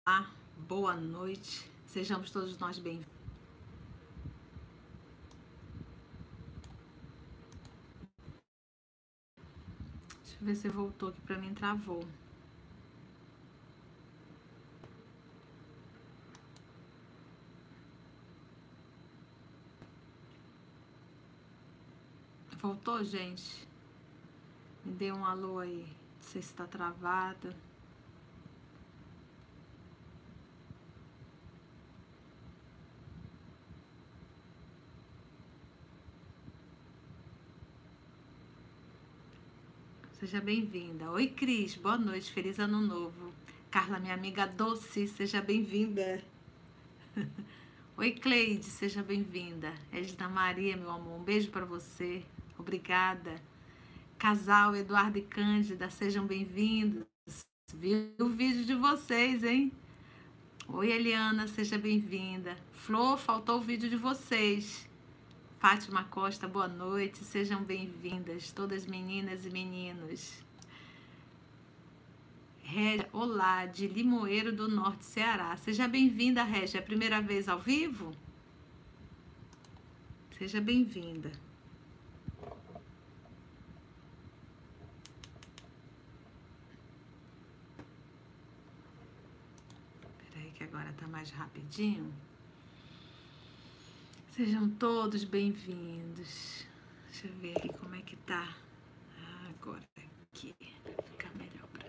Boa noite, sejamos todos nós bem-vindos. Deixa eu ver se voltou aqui para mim, travou. Voltou, gente? Me dê um alô aí, não sei se está travada. Seja bem-vinda. Oi, Cris, boa noite, feliz ano novo. Carla, minha amiga doce, seja bem-vinda. Oi, Cleide, seja bem-vinda. Edna Maria, meu amor, um beijo para você. Obrigada. Casal Eduardo e Cândida, sejam bem-vindos. Vi o vídeo de vocês, hein? Oi, Eliana, seja bem-vinda. Flor, faltou o vídeo de vocês. Fátima Costa, boa noite, sejam bem-vindas, todas meninas e meninos. Régia, olá, de Limoeiro do Norte, Ceará. Seja bem-vinda, Régia. É a primeira vez ao vivo? Seja bem-vinda. Espera aí que agora tá mais rapidinho. Sejam todos bem-vindos. Deixa eu ver aqui como é que tá. Agora aqui, vai ficar melhor pra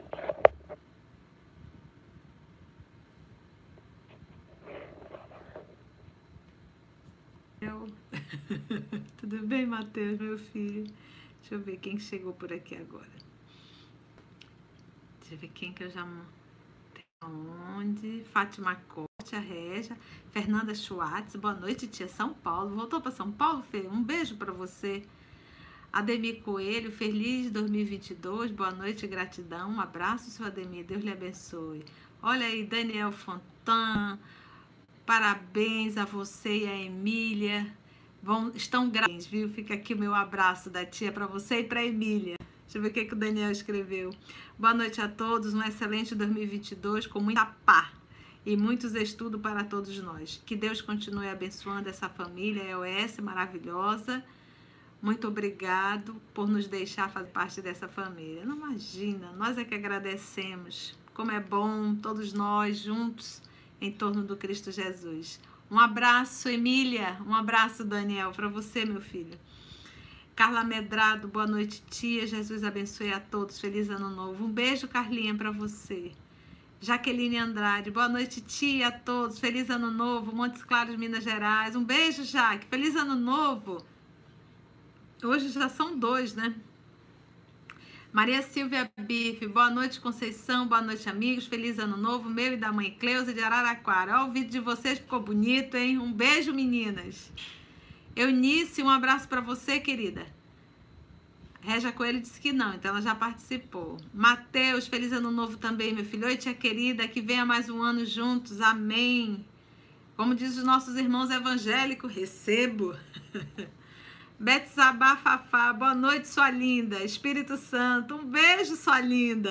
mim. Tudo bem, Matheus, meu filho? Deixa eu ver quem chegou por aqui agora. Deixa eu ver quem que eu já... Onde? Fátima Corte, a Régia. Fernanda Schwartz, boa noite, tia. São Paulo. Voltou para São Paulo, Fê? Um beijo para você. Ademir Coelho, feliz 2022. Boa noite, gratidão. Um abraço, seu Ademir. Deus lhe abençoe. Olha aí, Daniel Fontan. Parabéns a você e a Emília. Estão grátis, viu? Fica aqui o meu abraço da tia para você e para a Emília. Deixa eu ver o que o Daniel escreveu. Boa noite a todos, um excelente 2022 com muita paz e muitos estudos para todos nós. Que Deus continue abençoando essa família EOS maravilhosa. Muito obrigado por nos deixar fazer parte dessa família. Não imagina, nós é que agradecemos. Como é bom todos nós juntos em torno do Cristo Jesus. Um abraço, Emília. Um abraço, Daniel, para você, meu filho. Carla Medrado, boa noite, tia. Jesus abençoe a todos. Feliz ano novo. Um beijo, Carlinha, para você. Jaqueline Andrade, boa noite, tia, a todos. Feliz ano novo. Montes Claros, Minas Gerais. Um beijo, Jaque. Feliz ano novo. Hoje já são 2, né? Maria Silvia Bife, boa noite, Conceição. Boa noite, amigos. Feliz ano novo. Meu e da mãe Cleusa de Araraquara. Ó, o vídeo de vocês ficou bonito, hein? Um beijo, meninas. Eunice, um abraço para você, querida. Régia Coelho disse que não, então ela já participou. Mateus, feliz ano novo também, meu filho. Oi, tia querida, que venha mais um ano juntos, amém. Como diz os nossos irmãos evangélicos, recebo. Bete Sabá Fafá, boa noite, sua linda. Espírito Santo, um beijo, sua linda.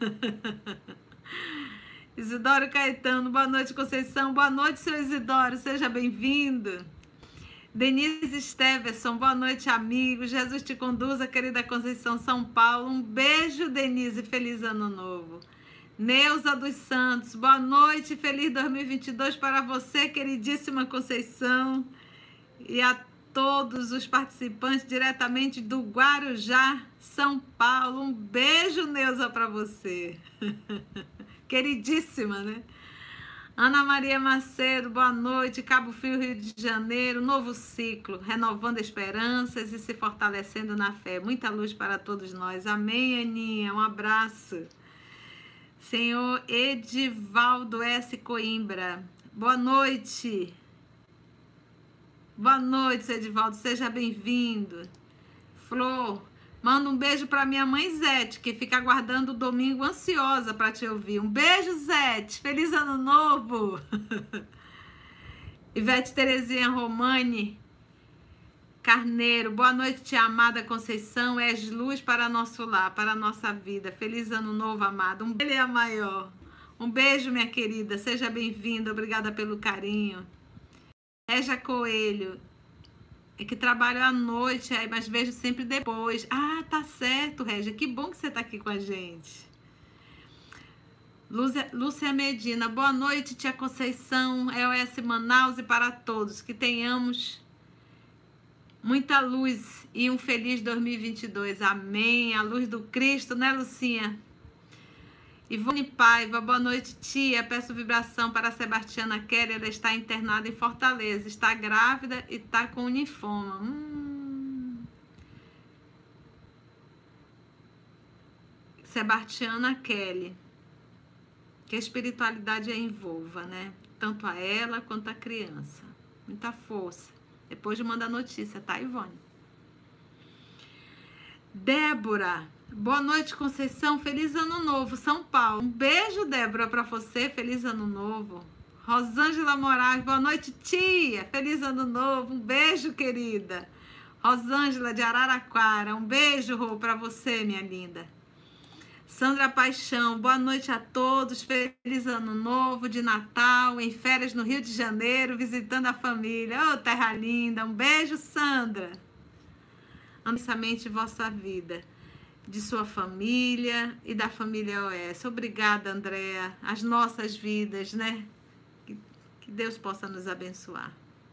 Isidoro Caetano, boa noite, Conceição. Boa noite, seu Isidoro, seja bem-vindo. Denise Steverson, boa noite, amigo. Jesus te conduza, querida Conceição, São Paulo. Um beijo, Denise, feliz ano novo. Neuza dos Santos, boa noite, feliz 2022 para você, queridíssima Conceição. E a todos os participantes diretamente do Guarujá, São Paulo. Um beijo, Neuza, para você. Queridíssima, né? Ana Maria Macedo, boa noite. Cabo Frio, Rio de Janeiro, novo ciclo, renovando esperanças e se fortalecendo na fé. Muita luz para todos nós. Amém, Aninha. Um abraço. Senhor Edivaldo S. Coimbra, boa noite. Boa noite, Edivaldo. Seja bem-vindo. Flor, manda um beijo para minha mãe Zete, que fica aguardando o domingo ansiosa para te ouvir. Um beijo, Zete. Feliz ano novo. Ivete Terezinha Romani Carneiro, boa noite, tia amada Conceição. És luz para nosso lar, para a nossa vida. Feliz ano novo, amado. Um beijo maior. Um beijo, minha querida. Seja bem-vinda. Obrigada pelo carinho. Régia Coelho. É que trabalho à noite, aí, mas vejo sempre depois. Ah, tá certo, Régia. Que bom que você tá aqui com a gente. Lúcia Medina. Boa noite, tia Conceição. EOS Manaus e para todos. Que tenhamos muita luz e um feliz 2022. Amém. A luz do Cristo, né, Lucinha? Ivone Paiva, boa noite, tia. Peço vibração para a Sebastiana Kelly. Ela está internada em Fortaleza. Está grávida e está com linfoma. Sebastiana Kelly. Que a espiritualidade a envolva, né? Tanto a ela quanto a criança. Muita força. Depois de mandar notícia, tá, Ivone? Débora. Boa noite, Conceição. Feliz Ano Novo, São Paulo. Um beijo, Débora, para você. Feliz Ano Novo. Rosângela Moraes. Boa noite, tia. Feliz Ano Novo. Um beijo, querida. Rosângela de Araraquara. Um beijo, Rô, para você, minha linda. Sandra Paixão. Boa noite a todos. Feliz Ano Novo, de Natal, em férias no Rio de Janeiro, visitando a família. Ô, terra linda. Um beijo, Sandra. Amensamente vossa vida, de sua família e da família OS. Obrigada, Andréa. As nossas vidas, né? Que Deus possa nos abençoar.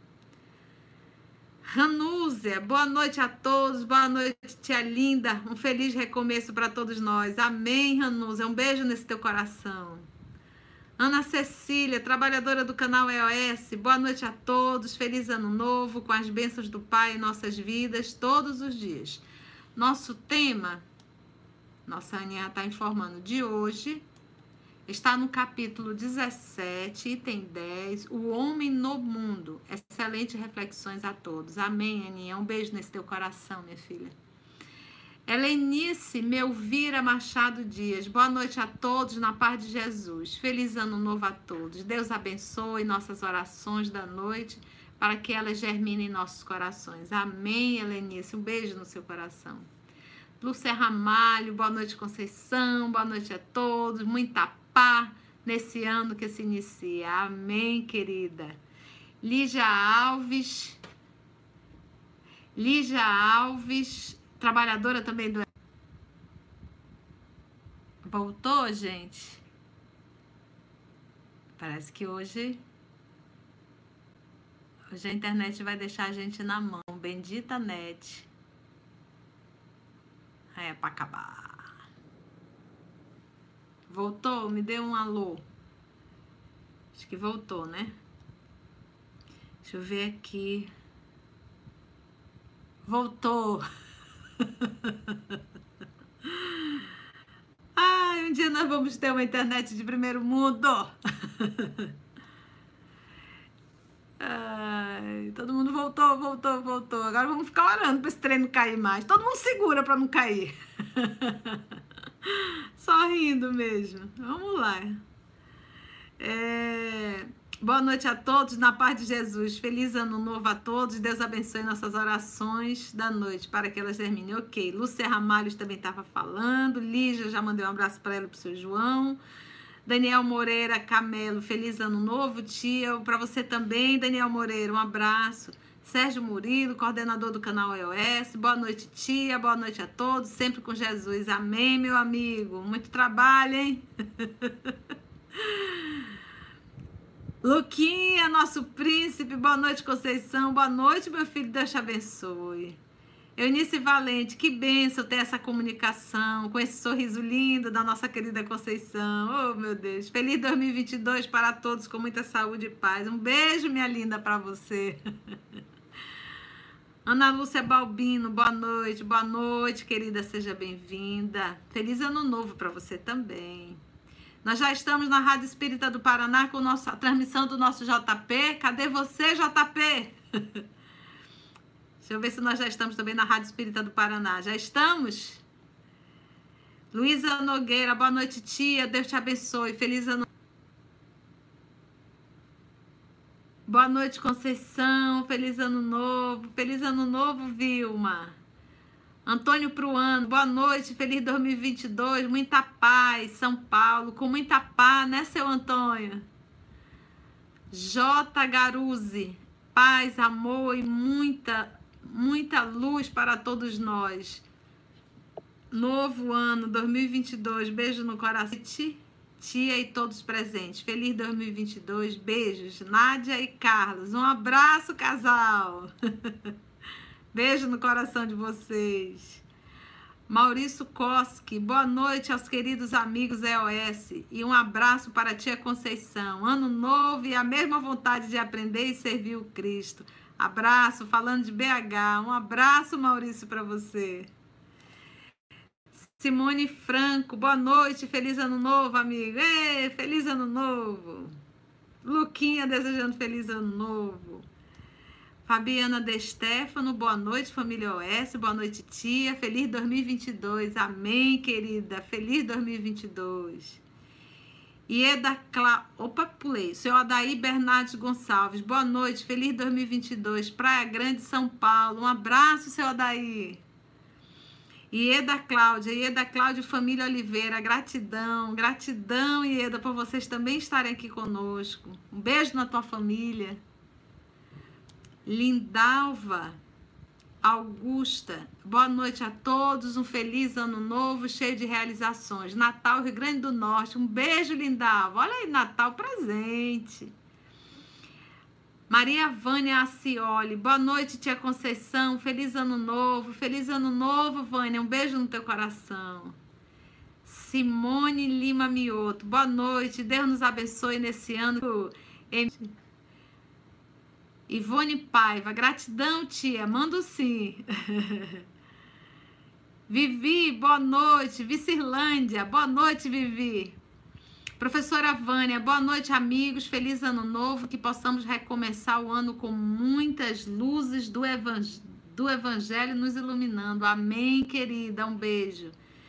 Ranúzia, boa noite a todos. Boa noite, tia linda. Um feliz recomeço para todos nós. Amém, Ranúzia. Um beijo nesse teu coração. Ana Cecília, trabalhadora do canal EOS. Boa noite a todos. Feliz Ano Novo, com as bênçãos do Pai em nossas vidas, todos os dias. Nosso tema, nossa Aninha está informando, de hoje, está no capítulo 17, item 10, O Homem no Mundo. Excelentes reflexões a todos. Amém, Aninha. Um beijo nesse teu coração, minha filha. Helenice Melvira Machado Dias. Boa noite a todos, na paz de Jesus. Feliz Ano Novo a todos. Deus abençoe nossas orações da noite, para que elas germinem em nossos corações. Amém, Helenice. Um beijo no seu coração. Lúcia Ramalho, boa noite, Conceição. Boa noite a todos. Muita paz nesse ano que se inicia. Amém, querida. Lígia Alves, trabalhadora também do... Voltou, gente? Parece que hoje a internet vai deixar a gente na mão. Bendita net. É pra acabar. Voltou? Me dê um alô. Acho que voltou, né? Deixa eu ver aqui. Voltou. Ai, um dia nós vamos ter uma internet de primeiro mundo. Ai, todo mundo voltou. Agora vamos ficar orando para esse trem não cair mais. Todo mundo segura para não cair. Só rindo mesmo. Vamos lá. Boa noite a todos, na paz de Jesus. Feliz Ano Novo a todos. Deus abençoe nossas orações da noite, para que elas terminem. Ok. Lúcia Ramalhos também estava falando. Lígia, já mandei um abraço para ela e para o seu João. Daniel Moreira Camelo, feliz Ano Novo, tia. Para você também, Daniel Moreira, um abraço. Sérgio Murilo, coordenador do canal EOS. Boa noite, tia. Boa noite a todos. Sempre com Jesus. Amém, meu amigo. Muito trabalho, hein? Luquinha, nosso príncipe. Boa noite, Conceição. Boa noite, meu filho. Deus te abençoe. Eunice Valente, que bênção ter essa comunicação, com esse sorriso lindo da nossa querida Conceição. Oh, meu Deus. Feliz 2022 para todos, com muita saúde e paz. Um beijo, minha linda, para você. Ana Lúcia Balbino, boa noite, querida, seja bem-vinda. Feliz Ano Novo para você também. Nós já estamos na Rádio Espírita do Paraná com a transmissão do nosso JP. Cadê você, JP? Deixa eu ver se nós já estamos também na Rádio Espírita do Paraná. Já estamos? Luísa Nogueira, boa noite, tia. Deus te abençoe. Feliz ano. Boa noite, Conceição. Feliz ano novo. Feliz ano novo, Vilma. Antônio Pruano, boa noite, feliz 2022, muita paz, São Paulo, com muita paz, né, seu Antônio? J. Garuzzi, paz, amor e muita luz para todos nós. Novo ano 2022, beijo no coração, tia e todos presentes. Feliz 2022, beijos, Nádia e Carlos. Um abraço, casal. Beijo no coração de vocês. Maurício Koski, boa noite aos queridos amigos EOS e um abraço para a tia Conceição. Ano novo e a mesma vontade de aprender e servir o Cristo. Abraço, falando de BH. Um abraço, Maurício, para você. Simone Franco, boa noite, feliz ano novo, amigo. Ei, feliz ano novo. Luquinha desejando feliz ano novo. Fabiana De Stefano, boa noite, família OS, boa noite, tia, feliz 2022, amém, querida, feliz 2022. Ieda pulei, seu Adair Bernardes Gonçalves, boa noite, feliz 2022, Praia Grande, São Paulo, um abraço, seu Adair. Ieda Cláudia, família Oliveira, gratidão, Ieda, por vocês também estarem aqui conosco, um beijo na tua família. Lindalva Augusta, boa noite a todos, um feliz ano novo, cheio de realizações. Natal, Rio Grande do Norte, um beijo, Lindalva. Olha aí, Natal presente. Maria Vânia Acioli, boa noite, tia Conceição, feliz ano novo, Vânia, um beijo no teu coração. Simone Lima Mioto, boa noite, Deus nos abençoe nesse ano. Ivone Paiva, gratidão, tia, mando sim. Vivi, boa noite. Vicirlândia, boa noite, Vivi. Professora Vânia, boa noite, amigos. Feliz ano novo, que possamos recomeçar o ano com muitas luzes do Evangelho nos iluminando. Amém, querida, um beijo.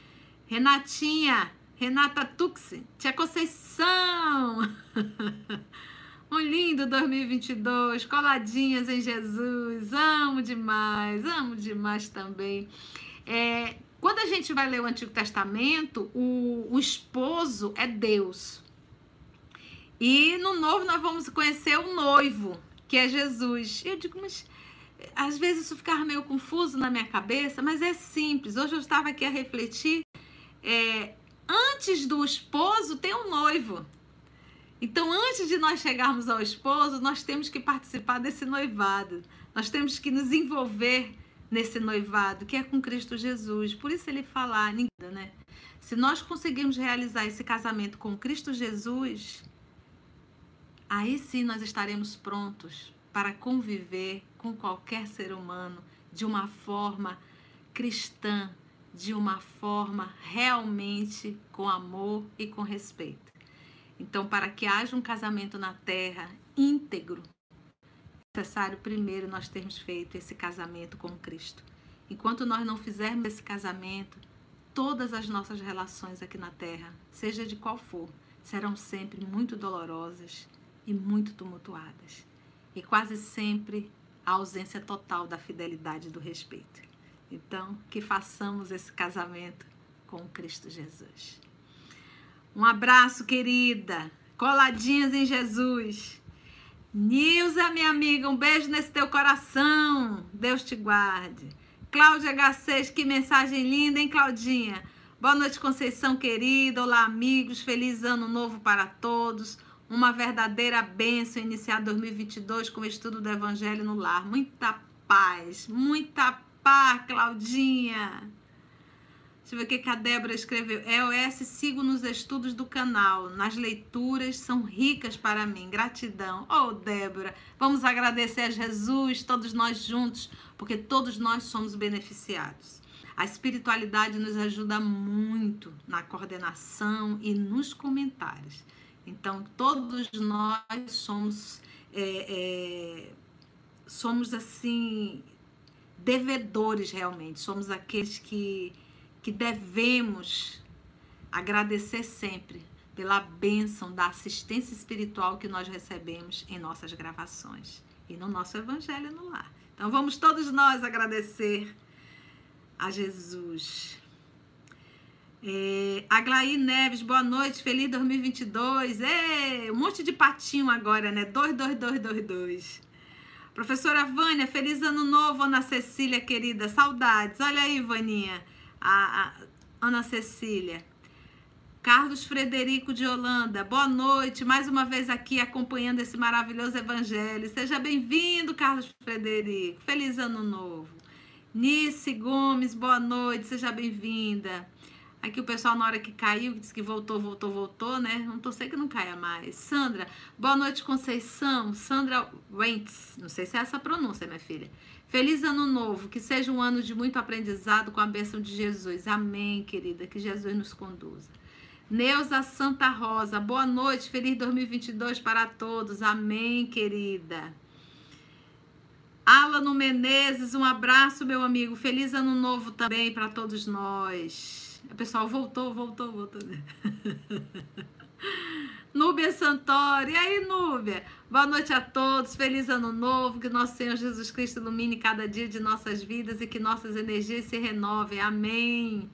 Renata Tuxi, tia Conceição. Um lindo 2022, coladinhas em Jesus, amo demais também. Quando a gente vai ler o Antigo Testamento, o esposo é Deus. E no Novo nós vamos conhecer o noivo, que é Jesus. Eu digo, mas às vezes isso ficava meio confuso na minha cabeça, mas é simples. Hoje eu estava aqui a refletir, antes do esposo tem um noivo. Então, antes de nós chegarmos ao esposo, nós temos que participar desse noivado. Nós temos que nos envolver nesse noivado, que é com Cristo Jesus. Por isso ele fala, né? Se nós conseguirmos realizar esse casamento com Cristo Jesus, aí sim nós estaremos prontos para conviver com qualquer ser humano de uma forma cristã, de uma forma realmente com amor e com respeito. Então, para que haja um casamento na terra íntegro, é necessário primeiro nós termos feito esse casamento com Cristo. Enquanto nós não fizermos esse casamento, todas as nossas relações aqui na terra, seja de qual for, serão sempre muito dolorosas e muito tumultuadas. E quase sempre a ausência total da fidelidade e do respeito. Então, que façamos esse casamento com Cristo Jesus. Um abraço, querida. Coladinhas em Jesus. Nilza, minha amiga, um beijo nesse teu coração. Deus te guarde. Cláudia H6, que mensagem linda, hein, Claudinha? Boa noite, Conceição querida. Olá, amigos. Feliz ano novo para todos. Uma verdadeira bênção iniciar 2022 com o estudo do Evangelho no lar. Muita paz, Claudinha. Deixa eu ver o que a Débora escreveu. EOS, sigo nos estudos do canal. Nas leituras são ricas para mim. Gratidão. Oh, Débora, vamos agradecer a Jesus, todos nós juntos, porque todos nós somos beneficiados. A espiritualidade nos ajuda muito na coordenação e nos comentários. Então, todos nós somos assim, devedores realmente. Somos aqueles que devemos agradecer sempre pela bênção da assistência espiritual que nós recebemos em nossas gravações e no nosso Evangelho no Lar. Então, vamos todos nós agradecer a Jesus. Aglaí Neves, boa noite, feliz 2022. Um monte de patinho agora, né? 22222. Professora Vânia, feliz ano novo, Ana Cecília, querida, saudades. Olha aí, Vaninha, a Ana Cecília. Carlos Frederico de Holanda, boa noite, mais uma vez aqui acompanhando esse maravilhoso evangelho. Seja bem-vindo, Carlos Frederico, feliz ano novo. Nice Gomes, boa noite, seja bem-vinda. Aqui o pessoal, na hora que caiu, disse que voltou, né? Não torcer que não caia mais. Sandra, boa noite, Conceição. Sandra Wentz, não sei se é essa a pronúncia, minha filha. Feliz ano novo, que seja um ano de muito aprendizado com a bênção de Jesus. Amém, querida, que Jesus nos conduza. Neuza Santa Rosa, boa noite, feliz 2022 para todos. Amém, querida. Alano Menezes, um abraço, meu amigo. Feliz ano novo também para todos nós. O pessoal voltou. Núbia Santori, e aí, Núbia? Boa noite a todos, feliz ano novo, que nosso Senhor Jesus Cristo ilumine cada dia de nossas vidas e que nossas energias se renovem. Amém.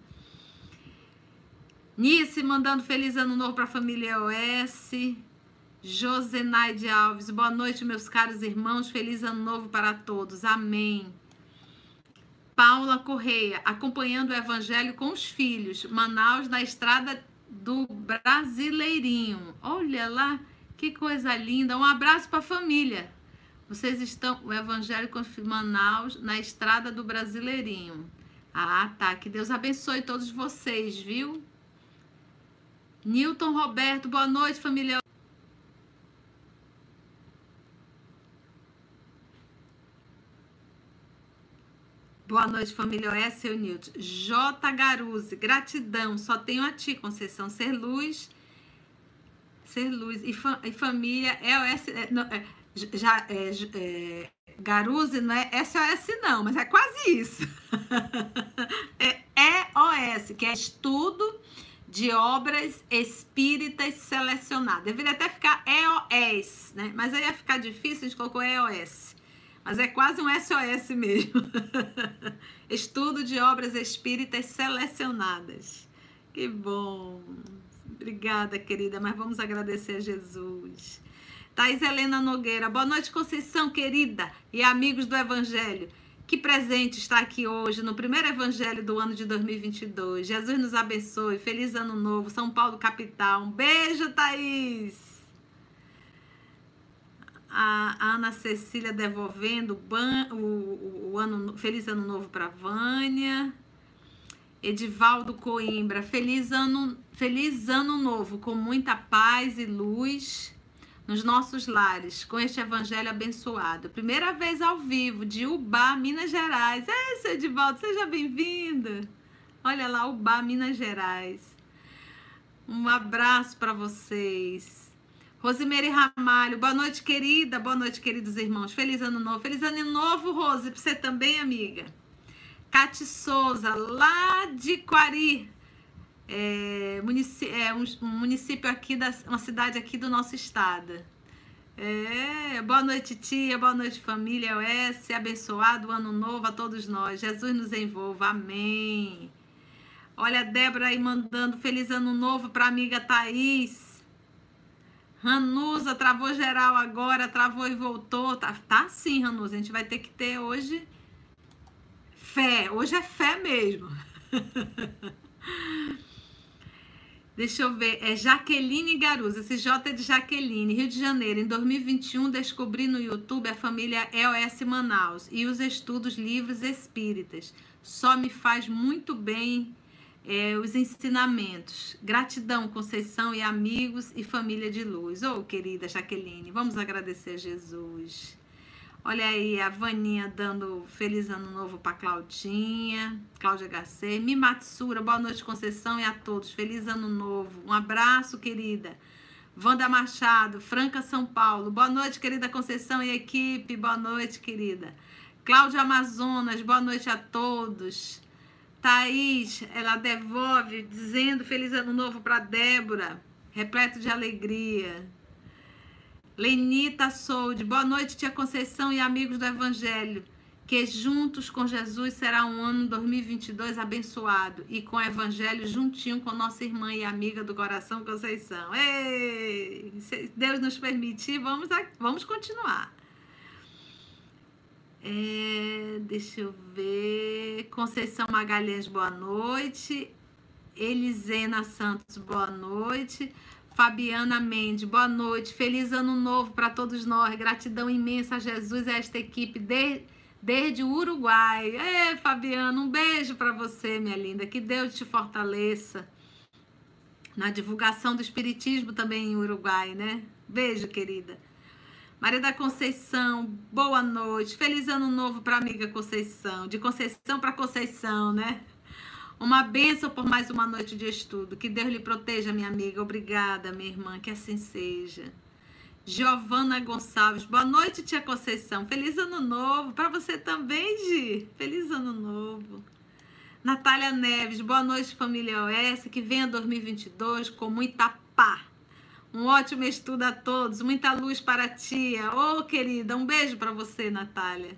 Nice, mandando feliz ano novo para a família EOS. Josenaide Alves, boa noite, meus caros irmãos, feliz ano novo para todos, amém. Paula Correia, acompanhando o evangelho com os filhos, Manaus, na estrada do Brasileirinho. Olha lá, que coisa linda, um abraço para a família. Vocês estão, o evangelho com Manaus, na estrada do Brasileirinho. Ah, tá, que Deus abençoe todos vocês, viu? Newton Roberto, boa noite, família. Boa noite, família OS, seu Newton. J. Garuzzi, gratidão, só tenho a ti, Conceição, ser luz e família EOS, Garuzzi não é SOS não, mas é quase isso. É EOS, que é Estudo de Obras Espíritas Selecionadas. Deveria até ficar EOS, né? Mas aí ia ficar difícil, a gente colocou EOS. Mas é quase um SOS mesmo. Estudo de Obras Espíritas Selecionadas. Que bom. Obrigada, querida, mas vamos agradecer a Jesus. Thais Helena Nogueira, boa noite, Conceição, querida, e amigos do Evangelho. Que presente estar aqui hoje, no primeiro Evangelho do ano de 2022. Jesus nos abençoe, feliz ano novo, São Paulo, capital. Um beijo, Thaís. A Ana Cecília devolvendo feliz ano novo para Vânia. Edivaldo Coimbra, feliz ano novo, com muita paz e luz nos nossos lares, com este evangelho abençoado. Primeira vez ao vivo, de Ubá, Minas Gerais. Seu Edivaldo, seja bem-vindo. Olha lá, Ubá, Minas Gerais. Um abraço para vocês. Rosimeire Ramalho, boa noite, querida. Boa noite, queridos irmãos. Feliz ano novo. Feliz ano novo, Rose, para você também, amiga. Cate Souza, lá de Quari, um município aqui, uma cidade aqui do nosso estado. Boa noite, tia, boa noite, família OS, abençoado ano novo a todos nós. Jesus nos envolva, amém. Olha a Débora aí mandando feliz ano novo para a amiga Thaís. Ranusa, travou geral agora, travou e voltou. Tá sim, Ranusa, a gente vai ter que ter hoje... fé, hoje é fé mesmo. Deixa eu ver, é Jaqueline Garuzzi, esse J é de Jaqueline, Rio de Janeiro. Em 2021 descobri no YouTube a família EOS Manaus e os estudos livros espíritas. Só me faz muito bem os ensinamentos. Gratidão, Conceição e amigos e família de luz. Querida Jaqueline, vamos agradecer a Jesus. Olha aí, a Vaninha dando feliz ano novo para Claudinha, Cláudia HC, Mimatsura, boa noite, Conceição, e a todos, feliz ano novo, um abraço, querida. Wanda Machado, Franca, São Paulo, boa noite, querida Conceição e equipe, boa noite, querida. Cláudia Amazonas, boa noite a todos. Thaís, ela devolve, dizendo feliz ano novo para Débora, repleto de alegria. Lenita Solde, boa noite, tia Conceição e amigos do Evangelho. que juntos com Jesus será um ano 2022 abençoado e com o evangelho juntinho com nossa irmã e amiga do coração Conceição. Ei, se Deus nos permitir, vamos continuar. Deixa eu ver. Conceição Magalhães, boa noite. Elisena Santos, boa noite. Fabiana Mendes, boa noite. Feliz ano novo para todos nós. Gratidão imensa a Jesus e a esta equipe desde o Uruguai. Fabiana, um beijo para você, minha linda. Que Deus te fortaleça na divulgação do espiritismo também em Uruguai, né? Beijo, querida. Maria da Conceição, boa noite. Feliz ano novo para a amiga Conceição. De Conceição para Conceição, né? Uma bênção por mais uma noite de estudo. Que Deus lhe proteja, minha amiga. Obrigada, minha irmã. Que assim seja. Giovana Gonçalves. Boa noite, tia Conceição. Feliz ano novo. Para você também, Gi. Feliz ano novo. Natália Neves. Boa noite, família OS. Que venha 2022 com muita paz. Um ótimo estudo a todos. Muita luz para a tia. Ô, querida, um beijo para você, Natália.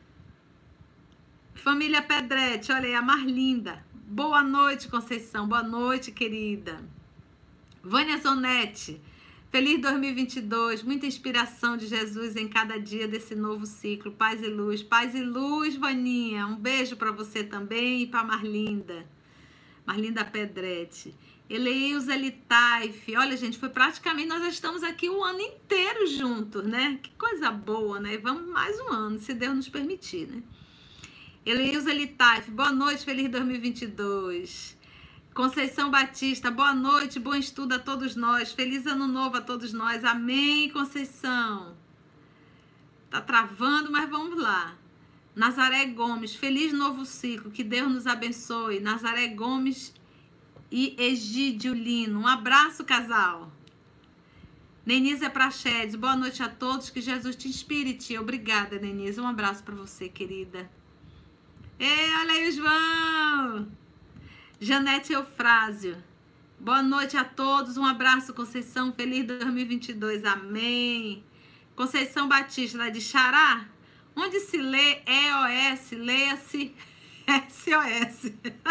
Família Pedretti. Olha aí, a Marlinda. Boa noite, Conceição. Boa noite, querida. Vânia Zonetti. Feliz 2022. Muita inspiração de Jesus em cada dia desse novo ciclo. Paz e luz. Paz e luz, Vaninha. Um beijo para você também e para Marlinda. Marlinda Pedretti. Eleusa Litaif. Olha, gente, foi praticamente... Nós já estamos aqui o ano inteiro juntos, né? Que coisa boa, né? Vamos mais um ano, se Deus nos permitir, né? Eleusa Litaif, boa noite, feliz 2022. Conceição Batista, boa noite, bom estudo a todos nós. Feliz ano novo a todos nós. Amém, Conceição. Tá travando, mas vamos lá. Nazaré Gomes, feliz novo ciclo, que Deus nos abençoe. Nazaré Gomes e Egídio Lino, um abraço, casal. Nenisa Prachedes, boa noite a todos, que Jesus te inspire, tia. Obrigada, Nenisa, um abraço para você, querida. Olha aí o João. Janete Eufrásio, boa noite a todos, um abraço, Conceição, feliz 2022, amém. Conceição Batista, lá de Xará, onde se lê EOS, leia-se SOS.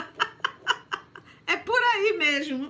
É por aí mesmo.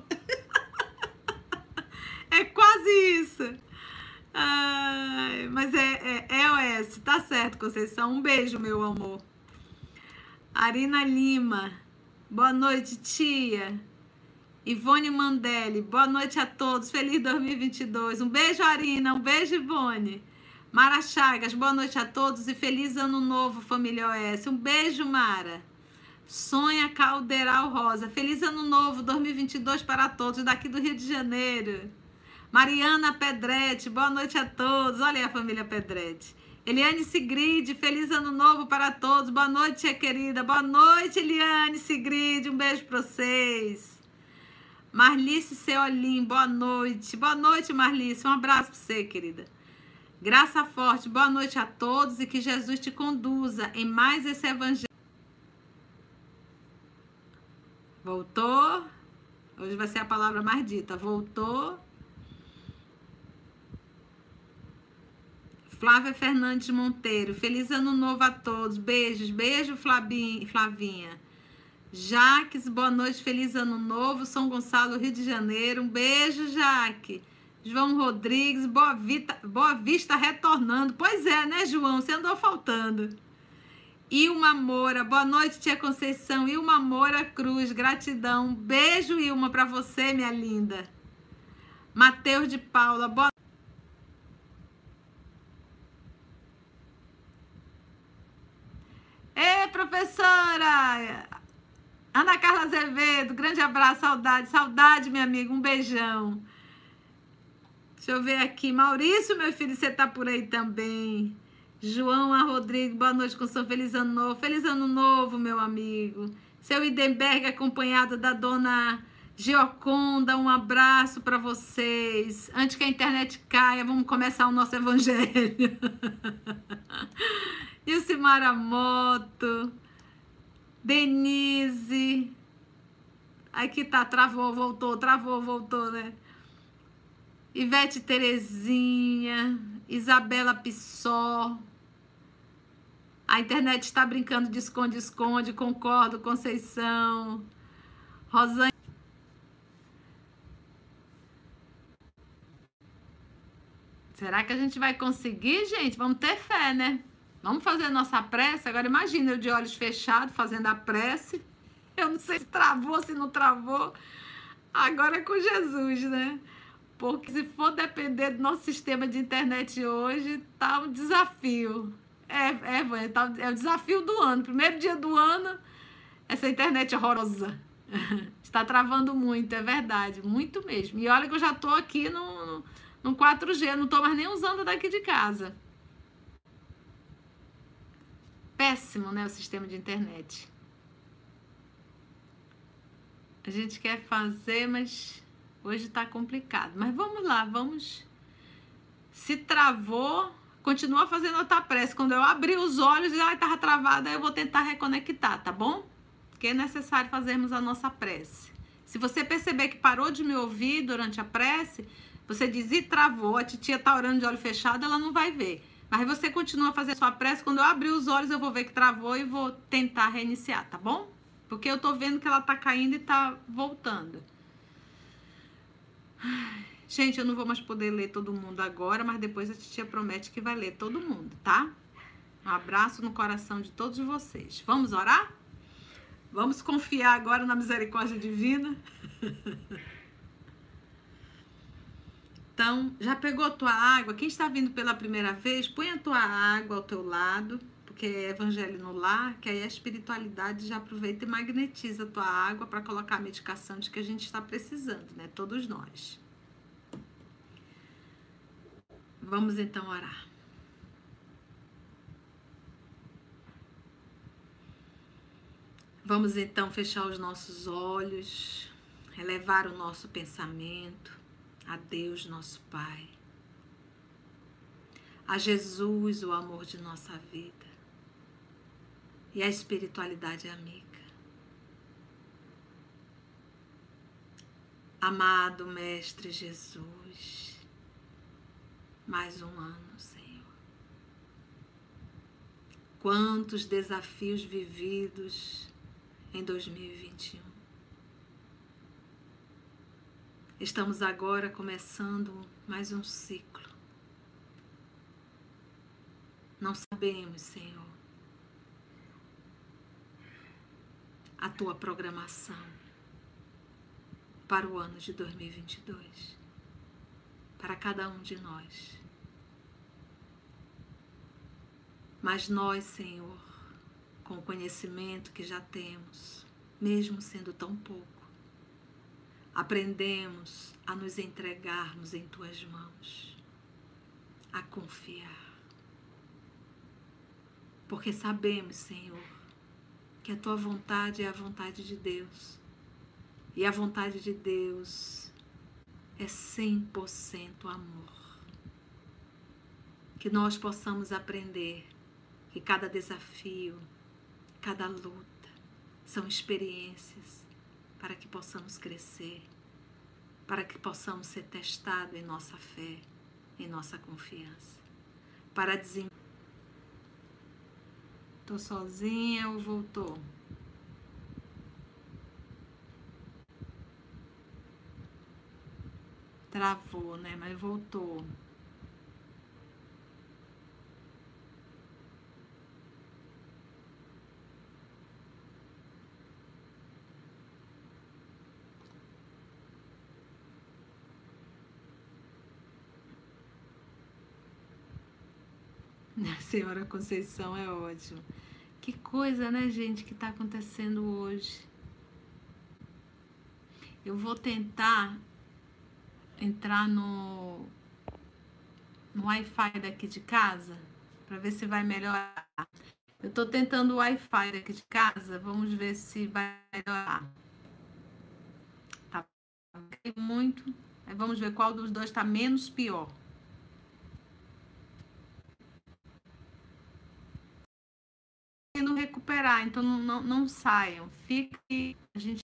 É quase isso. Ai, mas é EOS, tá certo, Conceição, um beijo, meu amor. Arina Lima, boa noite, tia. Ivone Mandelli, boa noite a todos, feliz 2022. Um beijo, Arina, um beijo, Ivone. Mara Chagas, boa noite a todos e feliz ano novo, família OS. Um beijo, Mara. Sonha Calderal Rosa, feliz ano novo, 2022 para todos, daqui do Rio de Janeiro. Mariana Pedretti, boa noite a todos. Olha aí a família Pedretti. Eliane Sigrid, feliz ano novo para todos. Boa noite, tia querida. Boa noite, Eliane Sigrid. Um beijo para vocês. Marlice Ceolim, boa noite. Boa noite, Marlice. Um abraço para você, querida. Graça Forte, boa noite a todos e que Jesus te conduza em mais esse evangelho. Voltou? Hoje vai ser a palavra mais dita. Voltou. Flávia Fernandes Monteiro, feliz ano novo a todos, beijos, beijo Flavinha. Jaques, boa noite, feliz ano novo, São Gonçalo, Rio de Janeiro, um beijo, Jaque. João Rodrigues, Boa Vista retornando, pois é, né, João, você andou faltando. Ilma Moura, boa noite, tia Conceição, Ilma Moura Cruz, gratidão, beijo, Ilma, pra você, minha linda. Mateus de Paula, boa noite. Ei, professora! Ana Carla Azevedo, grande abraço, saudade, minha amiga, um beijão. Deixa eu ver aqui, Maurício, meu filho, você tá por aí também. João A. Rodrigues, boa noite, com seu feliz ano novo, meu amigo. Seu Idenberg, acompanhado da dona Gioconda, um abraço para vocês. Antes que a internet caia, vamos começar o nosso evangelho. Ilcimara Moto, Denise, aqui tá, travou, voltou, né? Ivete Terezinha, Isabela Pissó, A internet está brincando de esconde-esconde, concordo, Conceição. Rosane. Será que a gente vai conseguir, gente? Vamos ter fé, né? Vamos fazer a nossa prece. Agora imagina eu de olhos fechados fazendo a prece. Eu não sei se travou, se não travou. Agora é com Jesus, né? Porque se for depender do nosso sistema de internet hoje, tá um desafio. É o desafio do ano. Primeiro dia do ano, essa internet horrorosa. Está travando muito, é verdade. Muito mesmo. E olha que eu já tô aqui no 4G, não tô mais nem usando daqui de casa. Péssimo, né, o sistema de internet. A gente quer fazer, mas hoje tá complicado. Mas vamos lá, vamos. Se travou, continua fazendo outra prece. Quando eu abrir os olhos e tava travada, eu vou tentar reconectar, tá bom? Porque é necessário fazermos a nossa prece. Se você perceber que parou de me ouvir durante a prece, você diz, e travou, a titia tá orando de olho fechado, ela não vai ver. Mas você continua a fazer a sua prece, quando eu abrir os olhos eu vou ver que travou e vou tentar reiniciar, tá bom? Porque eu tô vendo que ela tá caindo e tá voltando. Gente, eu não vou mais poder ler todo mundo agora, mas depois a titia promete que vai ler todo mundo, tá? Um abraço no coração de todos vocês. Vamos orar? Vamos confiar agora na misericórdia divina? Então, já pegou a tua água? Quem está vindo pela primeira vez, põe a tua água ao teu lado, porque é evangelho no lar, que aí a espiritualidade já aproveita e magnetiza a tua água para colocar a medicação de que a gente está precisando, né? Todos nós. Vamos então orar. Vamos então fechar os nossos olhos, elevar o nosso pensamento a Deus, nosso Pai, a Jesus, o amor de nossa vida, e a espiritualidade amiga. Amado Mestre Jesus, mais um ano, Senhor. Quantos desafios vividos em 2021. Estamos agora começando mais um ciclo. Não sabemos, Senhor, a tua programação para o ano de 2022, para cada um de nós. Mas nós, Senhor, com o conhecimento que já temos, mesmo sendo tão pouco, aprendemos a nos entregarmos em tuas mãos, a confiar. Porque sabemos, Senhor, que a tua vontade é a vontade de Deus. E a vontade de Deus é 100% amor. Que nós possamos aprender que cada desafio, cada luta, são experiências para que possamos crescer, para que possamos ser testados em nossa fé, em nossa confiança, para desenvolver. Tô sozinha ou voltou? Travou, né? Mas voltou. A Senhora Conceição é ótimo. Que coisa, né, gente, que tá acontecendo hoje. Eu vou tentar entrar no Wi-Fi daqui de casa para ver se vai melhorar. Eu tô tentando o Wi-Fi daqui de casa, vamos ver se vai melhorar. Tá muito. Aí vamos ver qual dos dois tá menos pior. Não recuperar, então não saiam. Fique, a gente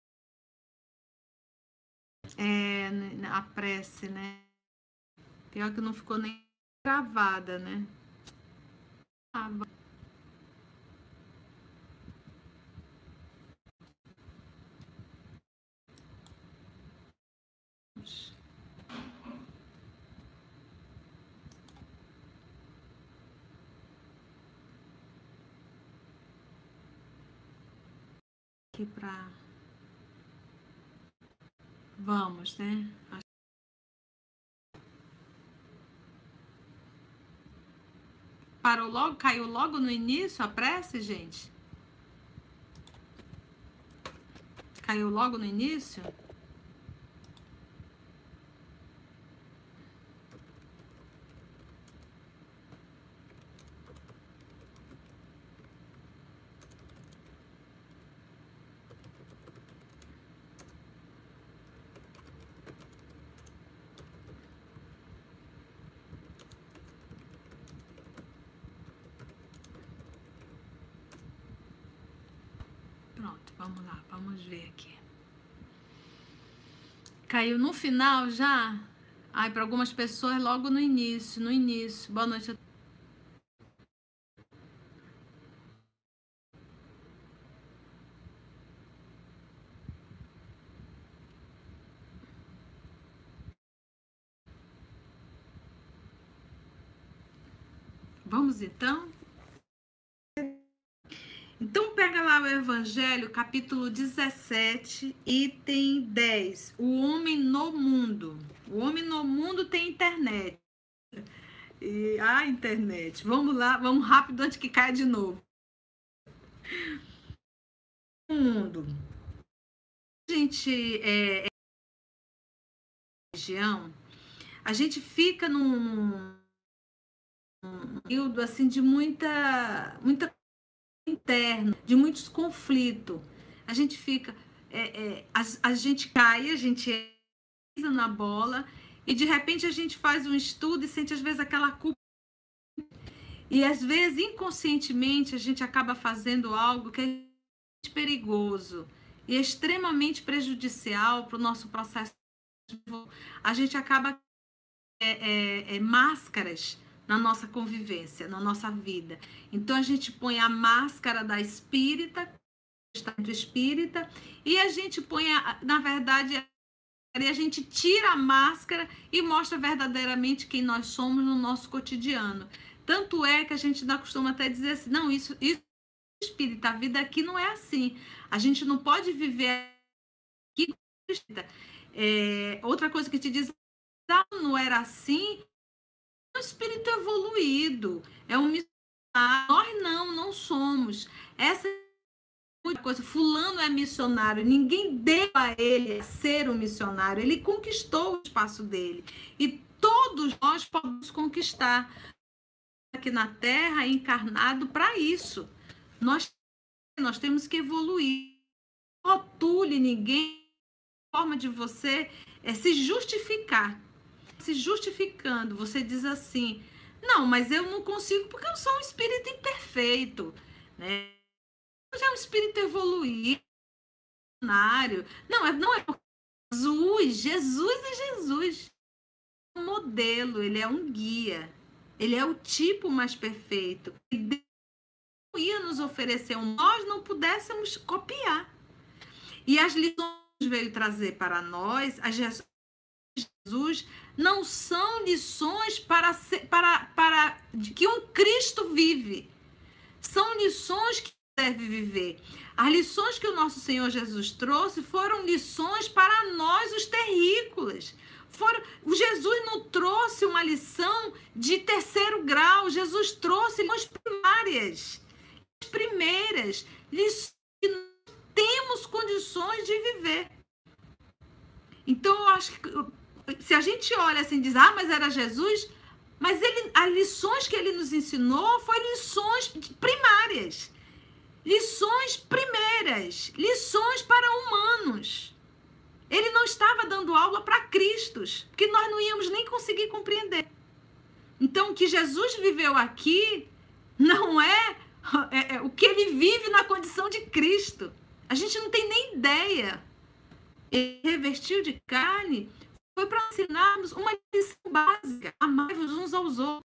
a prece, né? Pior que não ficou nem gravada, né? aqui para... Vamos, né? Parou logo, caiu logo no início a prece, gente? Caiu logo no início? Pronto, vamos lá, vamos ver aqui. Caiu no final já? Ai, para algumas pessoas logo no início, Boa noite. Vamos então? Então pega lá o Evangelho, capítulo 17, item 10. O homem no mundo. O homem no mundo tem internet. E a internet. Vamos lá, vamos rápido antes que caia de novo. O mundo. A gente região, a gente fica num período assim de muita interno, de muitos conflitos. A gente fica, a gente cai, a gente pisa na bola e de repente a gente faz um estudo e sente às vezes aquela culpa. E às vezes inconscientemente a gente acaba fazendo algo que é perigoso e é extremamente prejudicial para o nosso processo. A gente acaba máscaras na nossa convivência, na nossa vida. Então a gente põe a máscara da espírita, estado espírita, e a gente põe, na verdade, a gente tira a máscara e mostra verdadeiramente quem nós somos no nosso cotidiano. Tanto é que a gente ainda costuma até dizer assim, não, isso espírita, a vida aqui não é assim. A gente não pode viver aqui. Outra coisa que te diz, não era assim, é um espírito evoluído, é um missionário. Nós não somos. Essa é a coisa. Fulano é missionário, ninguém deu a ele ser um missionário, ele conquistou o espaço dele. E todos nós podemos conquistar aqui na Terra, encarnado para isso. Nós temos que evoluir. Não rotule ninguém. A forma de você se justificar. Se justificando, você diz assim, não, mas eu não consigo porque eu sou um espírito imperfeito, né? Eu é um espírito evoluído, não é Jesus é Jesus, é um modelo, ele é um guia, ele é o tipo mais perfeito, e Deus ia nos oferecer nós não pudéssemos copiar, e as lições que veio trazer para nós, a Jesus não são lições para que um Cristo vive. São lições que deve viver. As lições que o nosso Senhor Jesus trouxe foram lições para nós, os terrícolas. O Jesus não trouxe uma lição de terceiro grau. Jesus trouxe lições primárias. As primeiras lições que nós temos condições de viver. Então, eu acho que se a gente olha assim e diz, mas era Jesus, mas as lições que ele nos ensinou foram lições primárias, lições primeiras, lições para humanos. Ele não estava dando aula para Cristos, porque nós não íamos nem conseguir compreender. Então, o que Jesus viveu aqui não é o que ele vive na condição de Cristo. A gente não tem nem ideia. Ele revestiu de carne, foi para ensinarmos uma lição básica, amai-vos uns aos outros.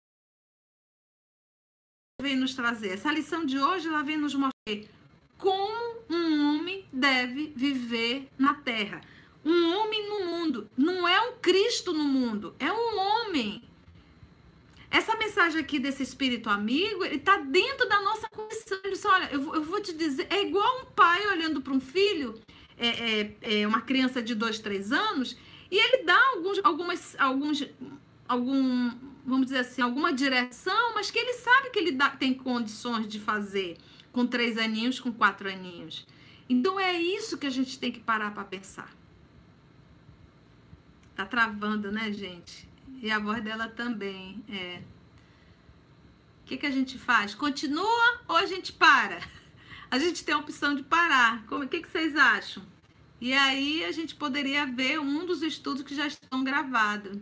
Vem nos trazer. Essa lição de hoje, ela vem nos mostrar como um homem deve viver na Terra. Um homem no mundo. Não é um Cristo no mundo, é um homem. essa mensagem aqui desse espírito amigo, ele está dentro da nossa condição. Ele disse, olha, eu vou te dizer, é igual um pai olhando para um filho, uma criança de 2, 3 anos, e ele dá vamos dizer assim, alguma direção, mas que ele sabe que ele tem condições de fazer com 3 aninhos, com 4 aninhos. Então é isso que a gente tem que parar para pensar. Tá travando, né, gente? E a voz dela também. O que a gente faz? Continua ou a gente para? A gente tem a opção de parar. O que vocês acham? E aí a gente poderia ver um dos estudos que já estão gravados.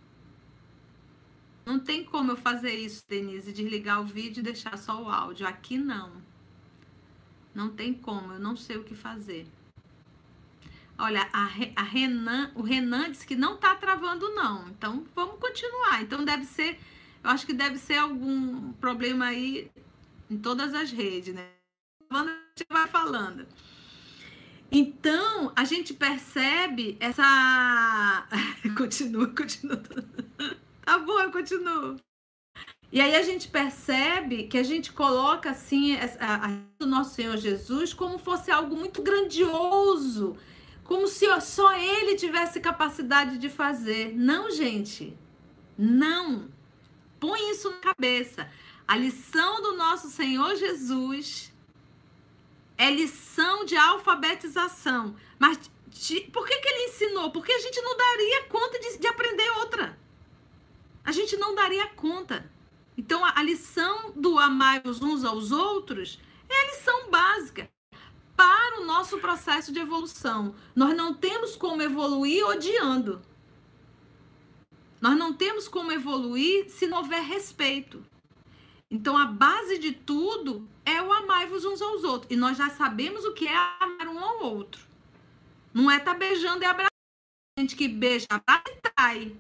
Não tem como eu fazer isso, Denise, desligar o vídeo e deixar só o áudio. Aqui não. Não tem como, eu não sei o que fazer. Olha, o Renan disse que não tá travando não. Então, vamos continuar. Então, eu acho que deve ser algum problema aí em todas as redes, né? A gente vai falando. Então, a gente percebe essa... Continua. Tá bom, eu continuo. E aí a gente percebe que a gente coloca assim o nosso Senhor Jesus como fosse algo muito grandioso, como se só Ele tivesse capacidade de fazer. Não, gente, não. Põe isso na cabeça. A lição do nosso Senhor Jesus é lição de alfabetização. Mas por que Ele ensinou? Porque a gente não daria conta de aprender outra. A gente não daria conta. Então, a lição do amar uns aos outros é a lição básica para o nosso processo de evolução. Nós não temos como evoluir odiando. Nós não temos como evoluir se não houver respeito. Então, a base de tudo é o amar-vos uns aos outros. E nós já sabemos o que é amar um ao outro. Não é estar beijando e abraçando. A gente que beija, abraça e trai.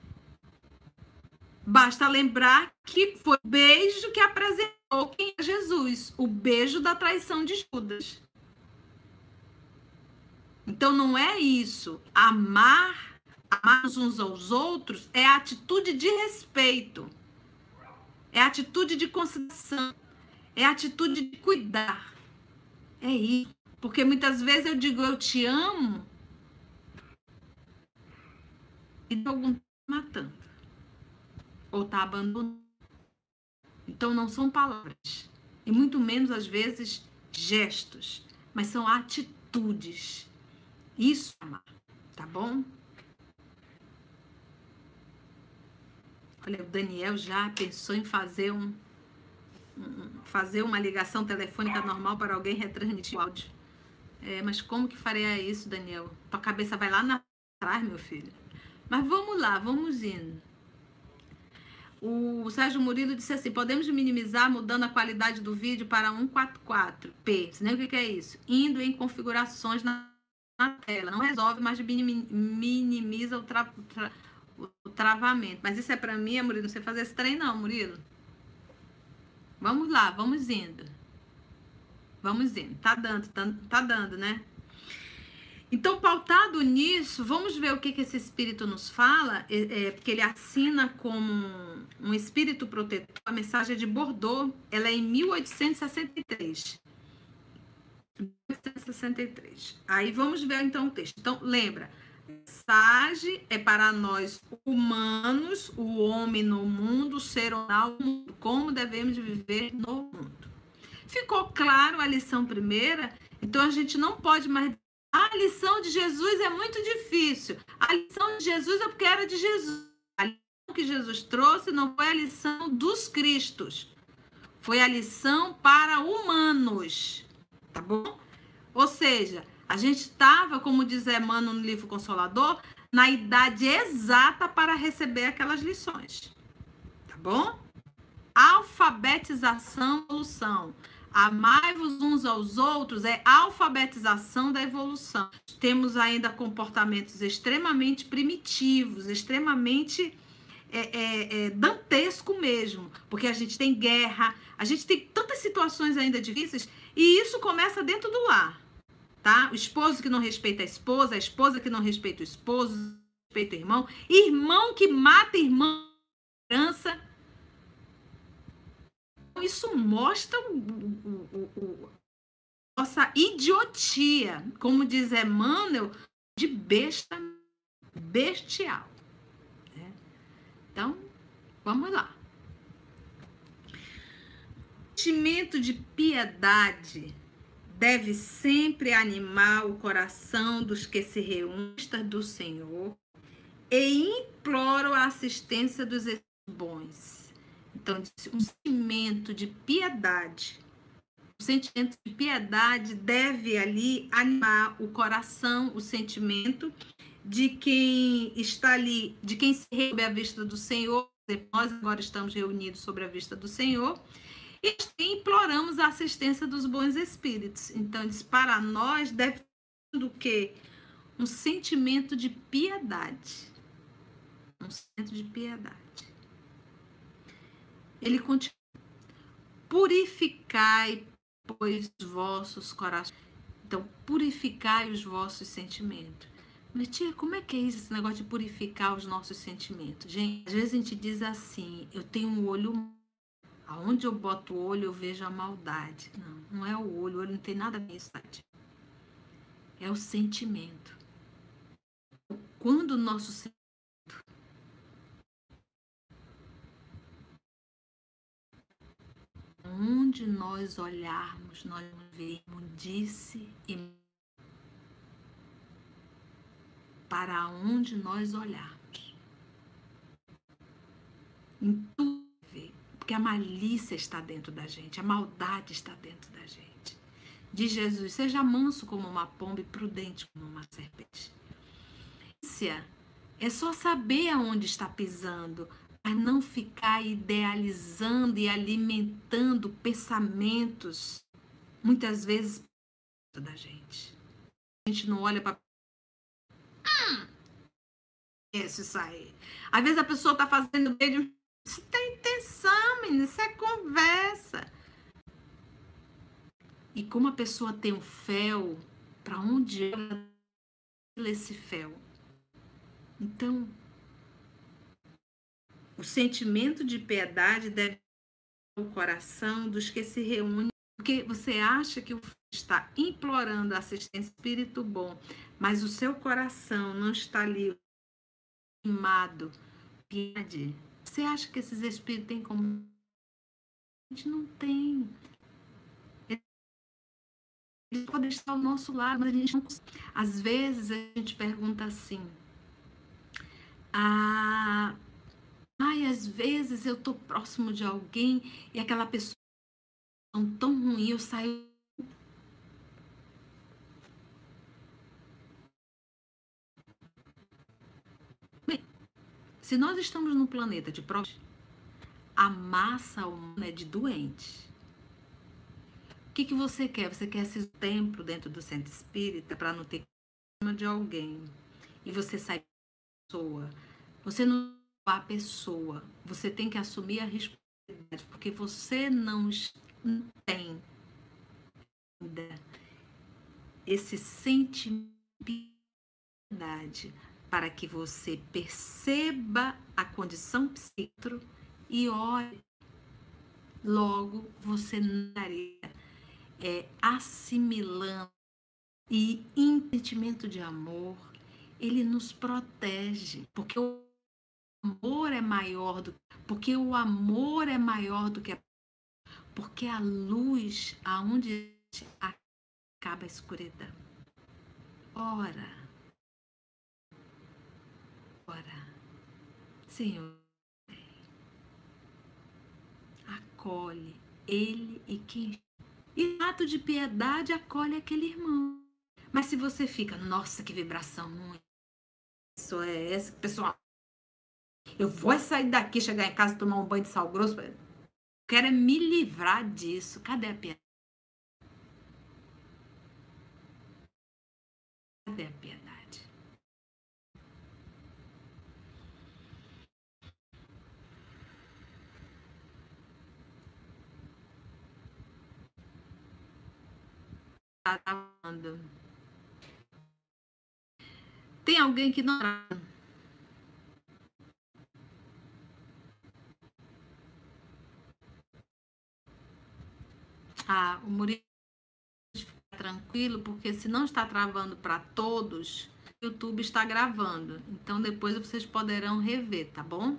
Basta lembrar que foi o beijo que apresentou quem é Jesus. O beijo da traição de Judas. Então, não é isso. Amar uns aos outros é a atitude de respeito. É a atitude de consideração. É a atitude de cuidar. É isso. Porque muitas vezes eu digo eu te amo e de algum matando. Ou está abandonando. Então, não são palavras. E muito menos, às vezes, gestos. Mas são atitudes. Isso é amar. Tá bom? Olha, o Daniel já pensou em fazer uma ligação telefônica normal para alguém retransmitir o áudio. Mas como que faria isso, Daniel? Tua cabeça vai lá atrás, meu filho. Mas vamos lá, vamos indo. O Sérgio Murilo disse assim, podemos minimizar mudando a qualidade do vídeo para 144p. Você nem o que é isso? Indo em configurações na tela. Não resolve, mas minimiza o travamento. Mas isso é para mim, Murilo, não sei fazer esse trem não, Murilo. Vamos lá, vamos indo. Vamos indo. Tá dando, né? Então, pautado nisso, vamos ver o que esse espírito nos fala, porque ele assina como um espírito protetor. A mensagem é de Bordeaux, ela é em 1863. 1863. Aí vamos ver então o texto. Então, lembra, a mensagem é para nós humanos, o homem no mundo, o ser humano no mundo, como devemos viver no mundo. Ficou claro a lição primeira? Então, a gente não pode mais... A lição de Jesus é muito difícil. A lição de Jesus é porque era de Jesus. A lição que Jesus trouxe não foi a lição dos Cristos. Foi a lição para humanos. Tá bom? Ou seja, a gente estava, como diz Emmanuel no livro Consolador, na idade exata para receber aquelas lições. Tá bom? Alfabetização, evolução. Amai-vos uns aos outros é alfabetização da evolução. Temos ainda comportamentos extremamente primitivos, extremamente dantesco mesmo, porque a gente tem guerra, a gente tem tantas situações ainda difíceis, e isso começa dentro do lar, tá? O esposo que não respeita a esposa que não respeita o esposo, respeita o irmão que mata irmão, herança. isso mostra nossa idiotia, como diz Emmanuel, de besta bestial. Né? Então, vamos lá. O sentimento de piedade deve sempre animar o coração dos que se reúnem do Senhor e imploram a assistência dos bons. Então, um sentimento de piedade. O sentimento de piedade deve ali animar o coração, o sentimento de quem está ali, de quem se reúne à vista do Senhor. Nós agora estamos reunidos sobre a vista do Senhor e imploramos a assistência dos bons espíritos. Então, diz, para nós deve ter o quê? Um sentimento de piedade. Um sentimento de piedade. Ele continua: purificai, pois, os vossos corações. Então, purificai os vossos sentimentos. Mas, tia, como é que é isso, esse negócio de purificar os nossos sentimentos? Gente, às vezes a gente diz assim, eu tenho um olho, aonde eu boto o olho eu vejo a maldade. Não, não é o olho não tem nada a ver com isso, é o sentimento. Quando o nosso sentimento, onde nós olharmos, nós vemos disse e para onde nós olharmos. Em tudo, porque a malícia está dentro da gente, a maldade está dentro da gente. Diz Jesus, seja manso como uma pomba e prudente como uma serpente. É só saber aonde está pisando, mas não ficar idealizando e alimentando pensamentos, muitas vezes, da gente. A gente não olha para... Isso aí. Às vezes a pessoa está fazendo vídeo, isso tem intenção, menina, isso é conversa. E como a pessoa tem um fel, para onde ela esse fel? Então, o sentimento de piedade deve ser o coração dos que se reúnem, porque você acha que o está implorando assistência, espírito bom, mas o seu coração não está ali queimado. Piedade. Você acha que esses espíritos têm como? A gente não tem. Eles podem estar ao nosso lado, mas a gente não consegue. Às vezes a gente pergunta assim, às vezes eu tô próximo de alguém e aquela pessoa é tão ruim, eu saio. Bem, se nós estamos num planeta de provas, a massa humana é de doente. O que você quer? Você quer esse templo dentro do centro espírita para não ter problema de alguém. E você sai da pessoa. Você não é a pessoa. Você tem que assumir a responsabilidade, porque você não tem ainda esse sentimento de piedade para que você perceba a condição psíquica e olhe. Logo, você não estaria assimilando. E sentimento de amor, ele nos protege, porque o amor é maior do que porque a luz aonde acaba a escuridão. Ora, Senhor, acolhe ele e quem. E ato de piedade acolhe aquele irmão. Mas se você fica, nossa, que vibração ruim. Isso é essa, pessoal. Eu vou sair daqui, chegar em casa, tomar um banho de sal grosso. Eu quero me livrar disso. Cadê a piedade? Cadê a piedade? Tá falando. Tem alguém que não. Ah, o Murilo fica tranquilo, porque se não está travando para todos, o YouTube está gravando. Então depois vocês poderão rever, tá bom?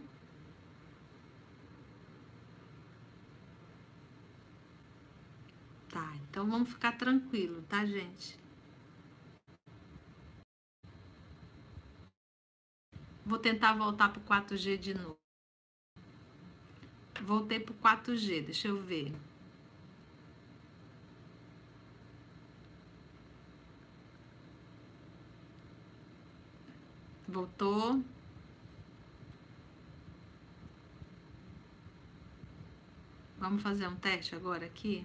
Tá, então vamos ficar tranquilo, tá, gente? Vou tentar voltar pro 4G de novo. Voltei pro 4G, deixa eu ver. Voltou. Vamos fazer um teste agora aqui?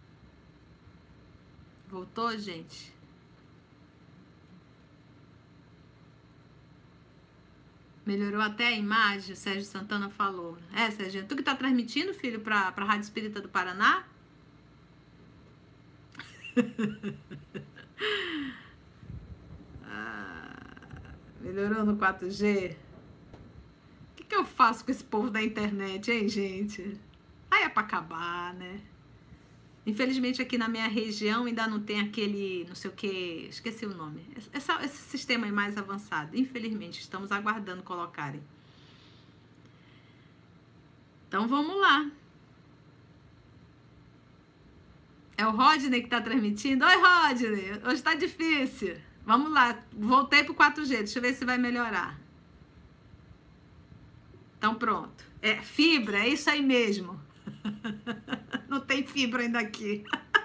Voltou, gente? Melhorou até a imagem, o Sérgio Santana falou. É, Sérgio, tu que tá transmitindo, filho, pra Rádio Espírita do Paraná? Melhorou no 4G? O que eu faço com esse povo da internet, hein, gente? Aí é pra acabar, né? Infelizmente aqui na minha região ainda não tem aquele, não sei o que, esqueci o nome. Esse sistema é mais avançado. Infelizmente, estamos aguardando colocarem. Então vamos lá. É o Rodney que tá transmitindo? Oi, Rodney, hoje tá difícil. Vamos lá, voltei pro 4G, deixa eu ver se vai melhorar. Então pronto. É fibra, é isso aí mesmo. Não tem fibra ainda aqui.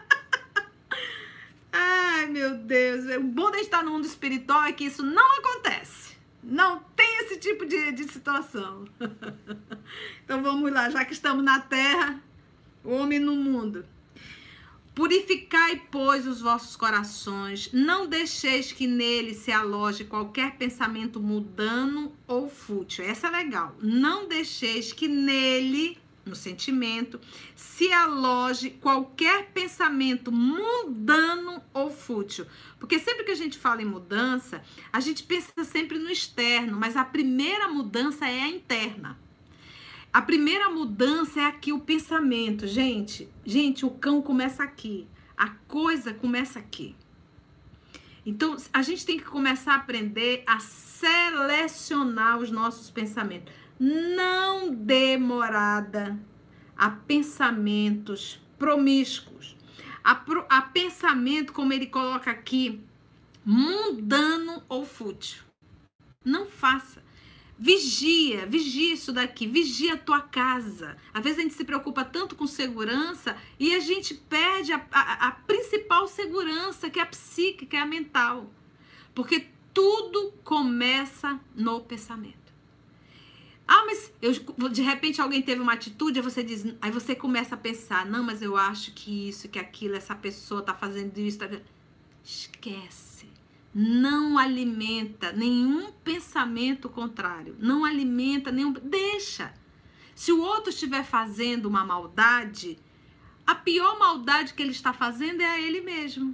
Ai, meu Deus. O bom de estar no mundo espiritual é que isso não acontece. Não tem esse tipo de situação. Então vamos lá, já que estamos na terra, o homem no mundo. Purificai, pois, os vossos corações, não deixeis que nele se aloje qualquer pensamento mundano ou fútil. Essa é legal. Não deixeis que nele, no sentimento, se aloje qualquer pensamento mundano ou fútil. Porque sempre que a gente fala em mudança, a gente pensa sempre no externo, mas a primeira mudança é a interna. A primeira mudança é aqui o pensamento, gente. Gente, o cão começa aqui. A coisa começa aqui. Então, a gente tem que começar a aprender a selecionar os nossos pensamentos. Não dê morada a pensamentos promíscuos. A pensamento, como ele coloca aqui, mundano ou fútil. Não faça. Vigia isso daqui, vigia a tua casa. Às vezes a gente se preocupa tanto com segurança e a gente perde a principal segurança, que é a psíquica, que é a mental. Porque tudo começa no pensamento. Ah, mas de repente alguém teve uma atitude, aí você começa a pensar, não, mas eu acho que isso, que aquilo, essa pessoa tá fazendo isso. Esquece. Não alimenta nenhum pensamento contrário. Não alimenta nenhum... Deixa. Se o outro estiver fazendo uma maldade, a pior maldade que ele está fazendo é a ele mesmo.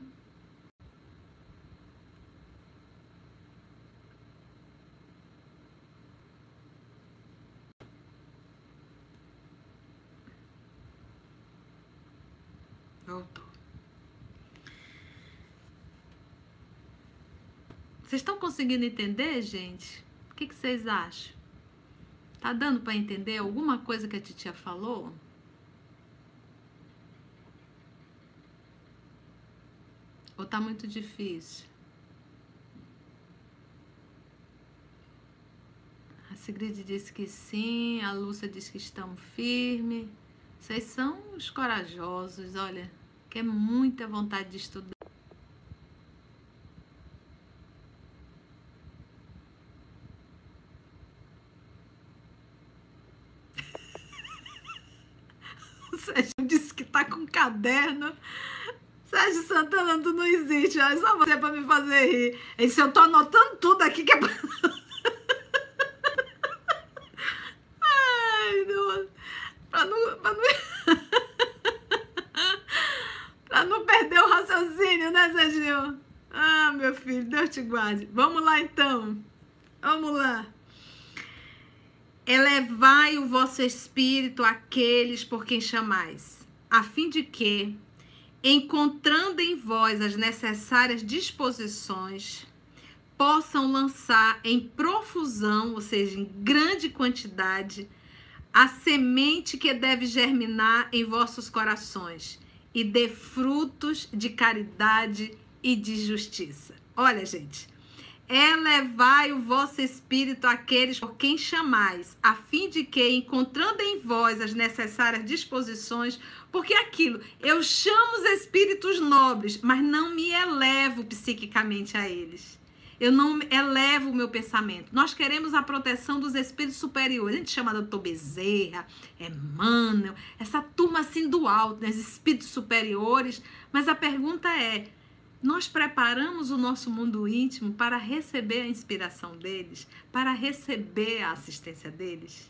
Voltou. Vocês estão conseguindo entender, gente? O que vocês acham? Tá dando para entender alguma coisa que a titia falou? Ou tá muito difícil? A Sigrid disse que sim, a Lúcia disse que estão firmes. Vocês são os corajosos, olha, que é muita vontade de estudar. O Sérgio disse que tá com caderno. Sérgio Santana, tu não existe. É só você pra me fazer rir. E se eu tô anotando tudo aqui que é pra... Ai, Deus. Pra não perder o raciocínio, né, Sérgio? Ah, meu filho, Deus te guarde. Vamos lá, então. Vamos lá. Elevai o vosso espírito àqueles por quem chamais, a fim de que, encontrando em vós as necessárias disposições, possam lançar em profusão, ou seja, em grande quantidade, a semente que deve germinar em vossos corações e dê frutos de caridade e de justiça. Olha, gente, elevai o vosso espírito àqueles por quem chamais, a fim de que, encontrando em vós as necessárias disposições, porque aquilo, eu chamo os espíritos nobres, mas não me elevo psiquicamente a eles. Eu não elevo o meu pensamento. Nós queremos a proteção dos espíritos superiores. A gente chama Doutor Bezerra, Emmanuel, essa turma assim do alto, né? Os espíritos superiores. Mas a pergunta é, nós preparamos o nosso mundo íntimo para receber a inspiração deles? Para receber a assistência deles?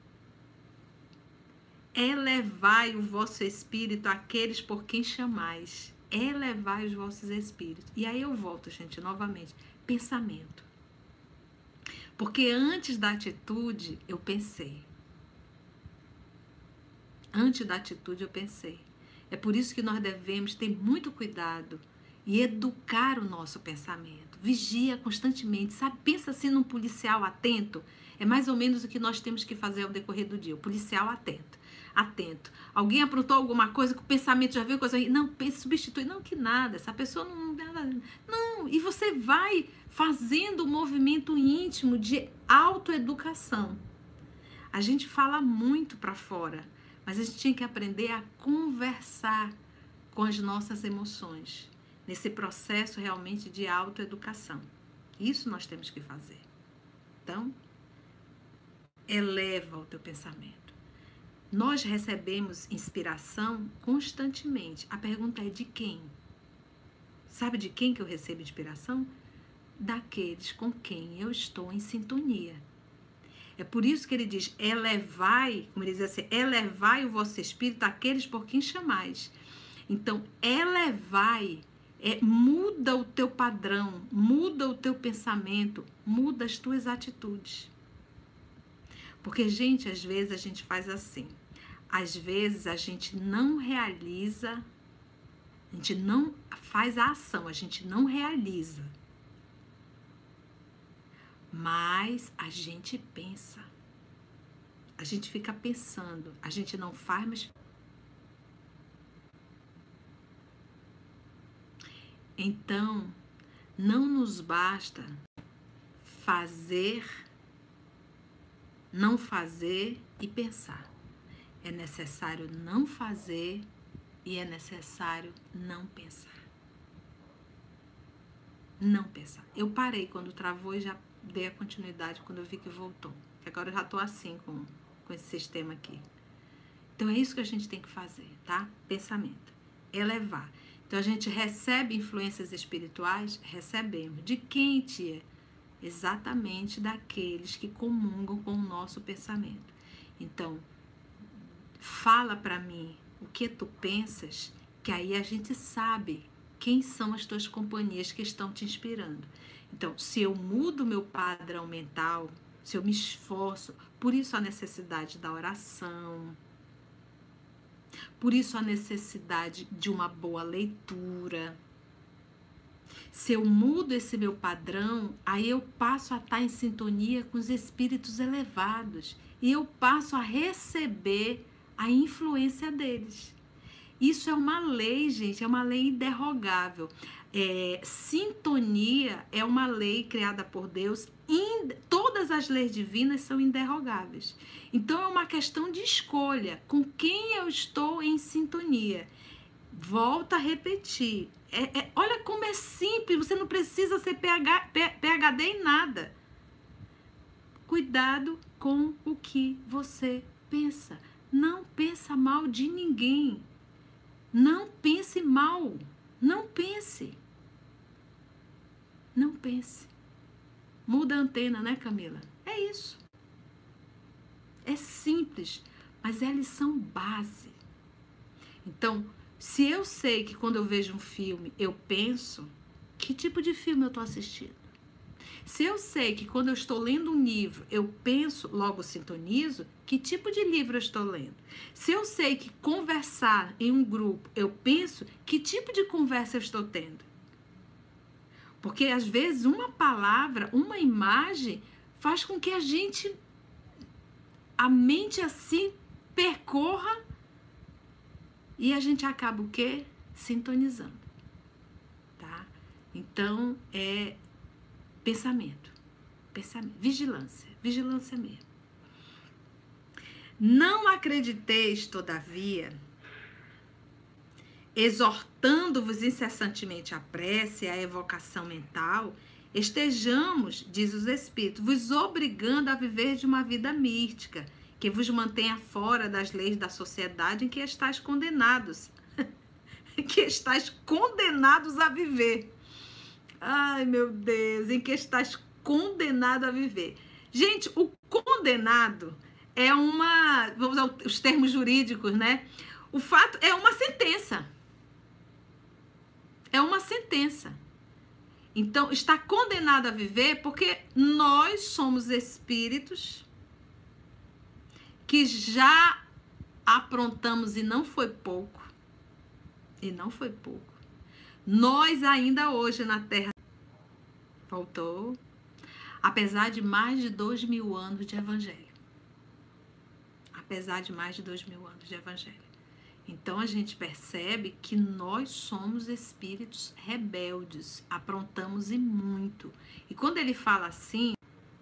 Elevai o vosso espírito àqueles por quem chamais. Elevai os vossos espíritos. E aí eu volto, gente, novamente. Pensamento. Porque antes da atitude, eu pensei. Antes da atitude, eu pensei. É por isso que nós devemos ter muito cuidado e educar o nosso pensamento. Vigia constantemente, sabe? Pensa assim num policial atento. É mais ou menos o que nós temos que fazer ao decorrer do dia. O policial atento. Atento. Alguém aprontou alguma coisa que o pensamento já veio coisa aí. Não, substitui. Não, que nada. Essa pessoa não... Não. E você vai fazendo um movimento íntimo de autoeducação. A gente fala muito para fora, mas a gente tinha que aprender a conversar com as nossas emoções. Nesse processo realmente de autoeducação. Isso nós temos que fazer. Então, eleva o teu pensamento. Nós recebemos inspiração constantemente. A pergunta é de quem? Sabe de quem que eu recebo inspiração? Daqueles com quem eu estou em sintonia. É por isso que ele diz, elevai, como ele diz assim, elevai o vosso espírito àqueles por quem chamais. Então, elevai, muda o teu padrão, muda o teu pensamento, muda as tuas atitudes. Porque, gente, às vezes a gente faz assim. Às vezes a gente não realiza, a gente não faz a ação, a gente não realiza. Mas a gente pensa. A gente fica pensando, a gente não faz, mas... Então, não nos basta fazer, não fazer e pensar. É necessário não fazer e é necessário não pensar. Não pensar. Eu parei quando travou e já dei a continuidade quando eu vi que voltou. Agora eu já estou assim com esse sistema aqui. Então é isso que a gente tem que fazer, tá? Pensamento. Elevar. Então a gente recebe influências espirituais? Recebemos. De quem, tia? Exatamente daqueles que comungam com o nosso pensamento. Então, fala para mim o que tu pensas, que aí a gente sabe quem são as tuas companhias que estão te inspirando. Então, se eu mudo meu padrão mental, se eu me esforço, por isso a necessidade da oração, por isso a necessidade de uma boa leitura. Se eu mudo esse meu padrão, aí eu passo a estar em sintonia com os espíritos elevados e eu passo a receber a influência deles. Isso é uma lei, gente, é uma lei inderrogável. Sintonia é uma lei criada por Deus, todas as leis divinas são inderrogáveis. Então é uma questão de escolha, com quem eu estou em sintonia. Volto a repetir, olha como é simples, você não precisa ser PhD em nada. Cuidado com o que você pensa. Não pensa mal de ninguém. Não pense mal. Não pense. Não pense. Muda a antena, né, Camila? É isso. É simples, mas é a lição base. Então, se eu sei que quando eu vejo um filme, eu penso, que tipo de filme eu estou assistindo? Se eu sei que quando eu estou lendo um livro, eu penso, logo sintonizo, que tipo de livro eu estou lendo? Se eu sei que conversar em um grupo, eu penso, que tipo de conversa eu estou tendo? Porque às vezes uma palavra, uma imagem, faz com que a mente assim percorra e a gente acaba o quê? Sintonizando, tá? Então, pensamento, vigilância mesmo. Não acrediteis, todavia, exortando-vos incessantemente a prece e a evocação mental, estejamos, diz os Espíritos, vos obrigando a viver de uma vida mística, que vos mantenha fora das leis da sociedade em que estáis condenados. Que estáis condenados a viver. Ai, meu Deus, em que estás condenado a viver. Gente, o condenado é vamos usar os termos jurídicos, né? O fato é uma sentença. É uma sentença. Então, está condenado a viver porque nós somos espíritos que já aprontamos e não foi pouco. E não foi pouco. Nós ainda hoje na Terra, voltou, apesar de mais de 2.000 anos de Evangelho. Apesar de mais de 2.000 anos de Evangelho. Então a gente percebe que nós somos espíritos rebeldes, aprontamos e muito. E quando ele fala assim,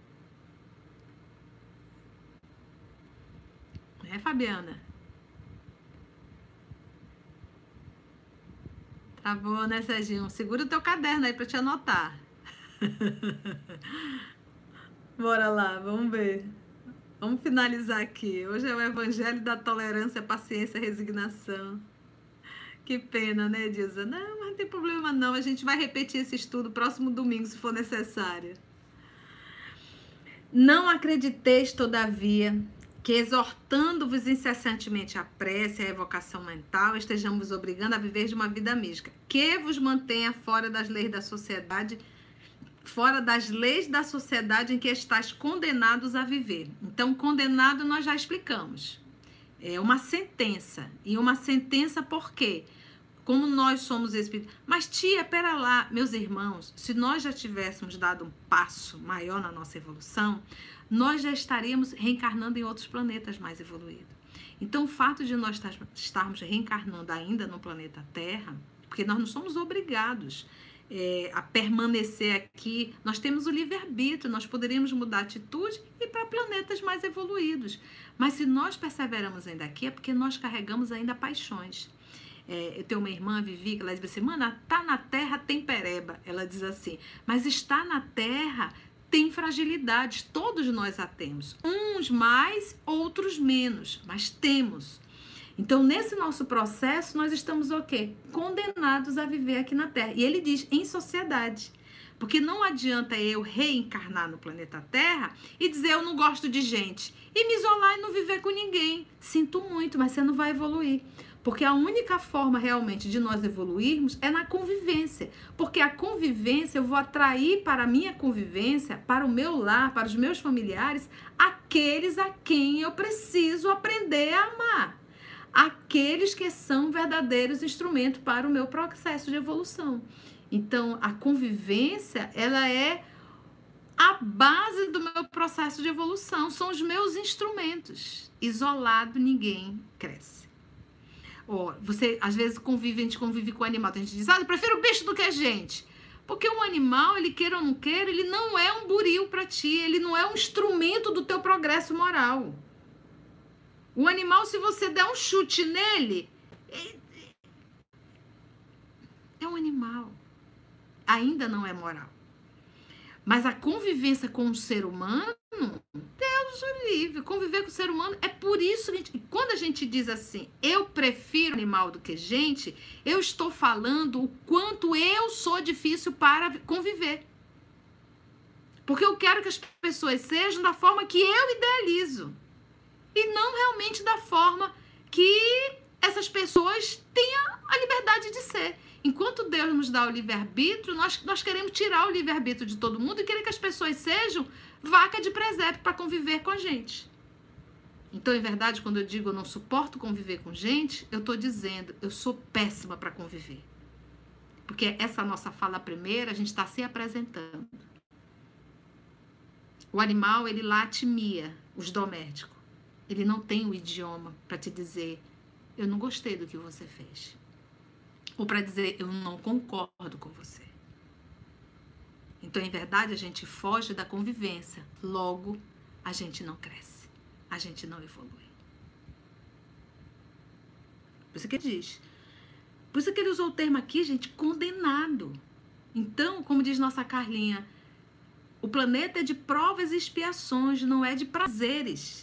né, Fabiana? Tá bom, né, Serginho? Segura o teu caderno aí pra te anotar. Bora lá, vamos ver. Vamos finalizar aqui. Hoje é o Evangelho da Tolerância, Paciência e Resignação. Que pena, né, Dilza? Não, mas não tem problema não. A gente vai repetir esse estudo próximo domingo, se for necessário. Não acrediteis, todavia, que exortando-vos incessantemente a prece e a evocação mental, estejamos vos obrigando a viver de uma vida mística, que vos mantenha fora das leis da sociedade, em que estáis condenados a viver. Então, condenado nós já explicamos. É uma sentença. E uma sentença por quê? Como nós somos espíritos. Mas tia, pera lá, meus irmãos, se nós já tivéssemos dado um passo maior na nossa evolução, nós já estaríamos reencarnando em outros planetas mais evoluídos. Então, o fato de nós estarmos reencarnando ainda no planeta Terra, porque nós não somos obrigados a permanecer aqui, nós temos o livre-arbítrio, nós poderíamos mudar a atitude e ir para planetas mais evoluídos. Mas se nós perseveramos ainda aqui, é porque nós carregamos ainda paixões. Eu tenho uma irmã, Vivi, que ela diz assim, mana, tá na Terra tem pereba. Ela diz assim, mas estar na Terra tem fragilidades, todos nós a temos. Uns mais, outros menos, mas temos. Então, nesse nosso processo, nós estamos o quê? Condenados a viver aqui na Terra. E ele diz, em sociedade. Porque não adianta eu reencarnar no planeta Terra e dizer eu não gosto de gente. E me isolar e não viver com ninguém. Sinto muito, mas você não vai evoluir. Porque a única forma realmente de nós evoluirmos é na convivência. Porque a convivência, eu vou atrair para a minha convivência, para o meu lar, para os meus familiares, aqueles a quem eu preciso aprender a amar. Aqueles que são verdadeiros instrumentos para o meu processo de evolução. Então, a convivência, ela é a base do meu processo de evolução. São os meus instrumentos. Isolado, ninguém cresce. Você, às vezes, a gente convive com o animal. Tem gente que diz, eu prefiro o bicho do que a gente. Porque o animal, ele queira ou não queira, ele não é um buril para ti. Ele não é um instrumento do teu progresso moral. O animal, se você der um chute nele, é um animal. Ainda não é moral. Mas a convivência com o ser humano, Deus o livre. Conviver com o ser humano, é por isso que quando a gente diz assim, eu prefiro animal do que gente, eu estou falando o quanto eu sou difícil para conviver. Porque eu quero que as pessoas sejam da forma que eu idealizo. E não realmente da forma que essas pessoas tenham a liberdade de ser. Enquanto Deus nos dá o livre-arbítrio, nós queremos tirar o livre-arbítrio de todo mundo e querer que as pessoas sejam vaca de presépio para conviver com a gente. Então, em verdade, quando eu digo eu não suporto conviver com gente, eu estou dizendo, eu sou péssima para conviver. Porque essa nossa fala primeira, a gente está se apresentando. O animal, ele late mia, os domésticos. Ele não tem o idioma para te dizer, eu não gostei do que você fez. Ou para dizer, eu não concordo com você. Então, em verdade, a gente foge da convivência. Logo, a gente não cresce. A gente não evolui. Por isso que ele diz. Por isso que ele usou o termo aqui, gente, condenado. Então, como diz nossa Carlinha, o planeta é de provas e expiações, não é de prazeres.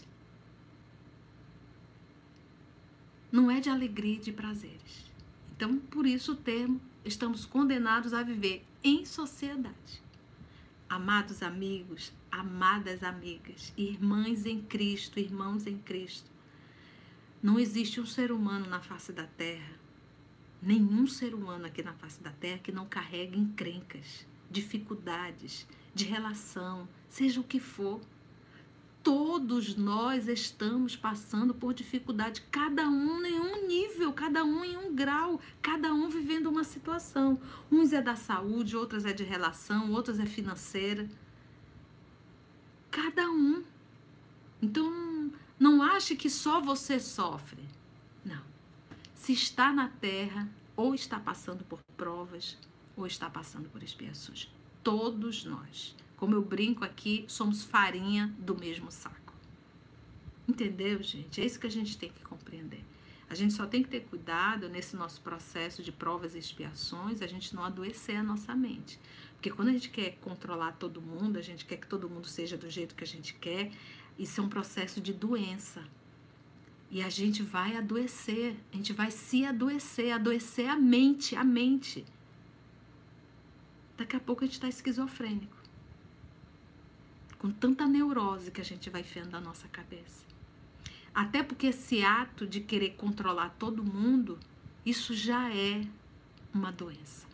Não é de alegria e de prazeres. Então, por isso o termo, estamos condenados a viver em sociedade. Amados amigos, amadas amigas, irmãs em Cristo, irmãos em Cristo. Não existe um ser humano na face da Terra, nenhum ser humano aqui na face da Terra que não carregue encrencas, dificuldades de relação, seja o que for. Todos nós estamos passando por dificuldade, cada um em um nível, cada um em um grau, cada um vivendo uma situação. Uns é da saúde, outros é de relação, outros é financeira. Cada um. Então, não ache que só você sofre. Não. Se está na terra, ou está passando por provas, ou está passando por expiações. Todos nós. Como eu brinco aqui, somos farinha do mesmo saco. Entendeu, gente? É isso que a gente tem que compreender. A gente só tem que ter cuidado nesse nosso processo de provas e expiações, a gente não adoecer a nossa mente. Porque quando a gente quer controlar todo mundo, a gente quer que todo mundo seja do jeito que a gente quer, isso é um processo de doença. E a gente vai adoecer, a gente vai se adoecer a mente, a mente. Daqui a pouco a gente está esquizofrênico. Com tanta neurose que a gente vai enfiando na nossa cabeça. Até porque esse ato de querer controlar todo mundo, isso já é uma doença.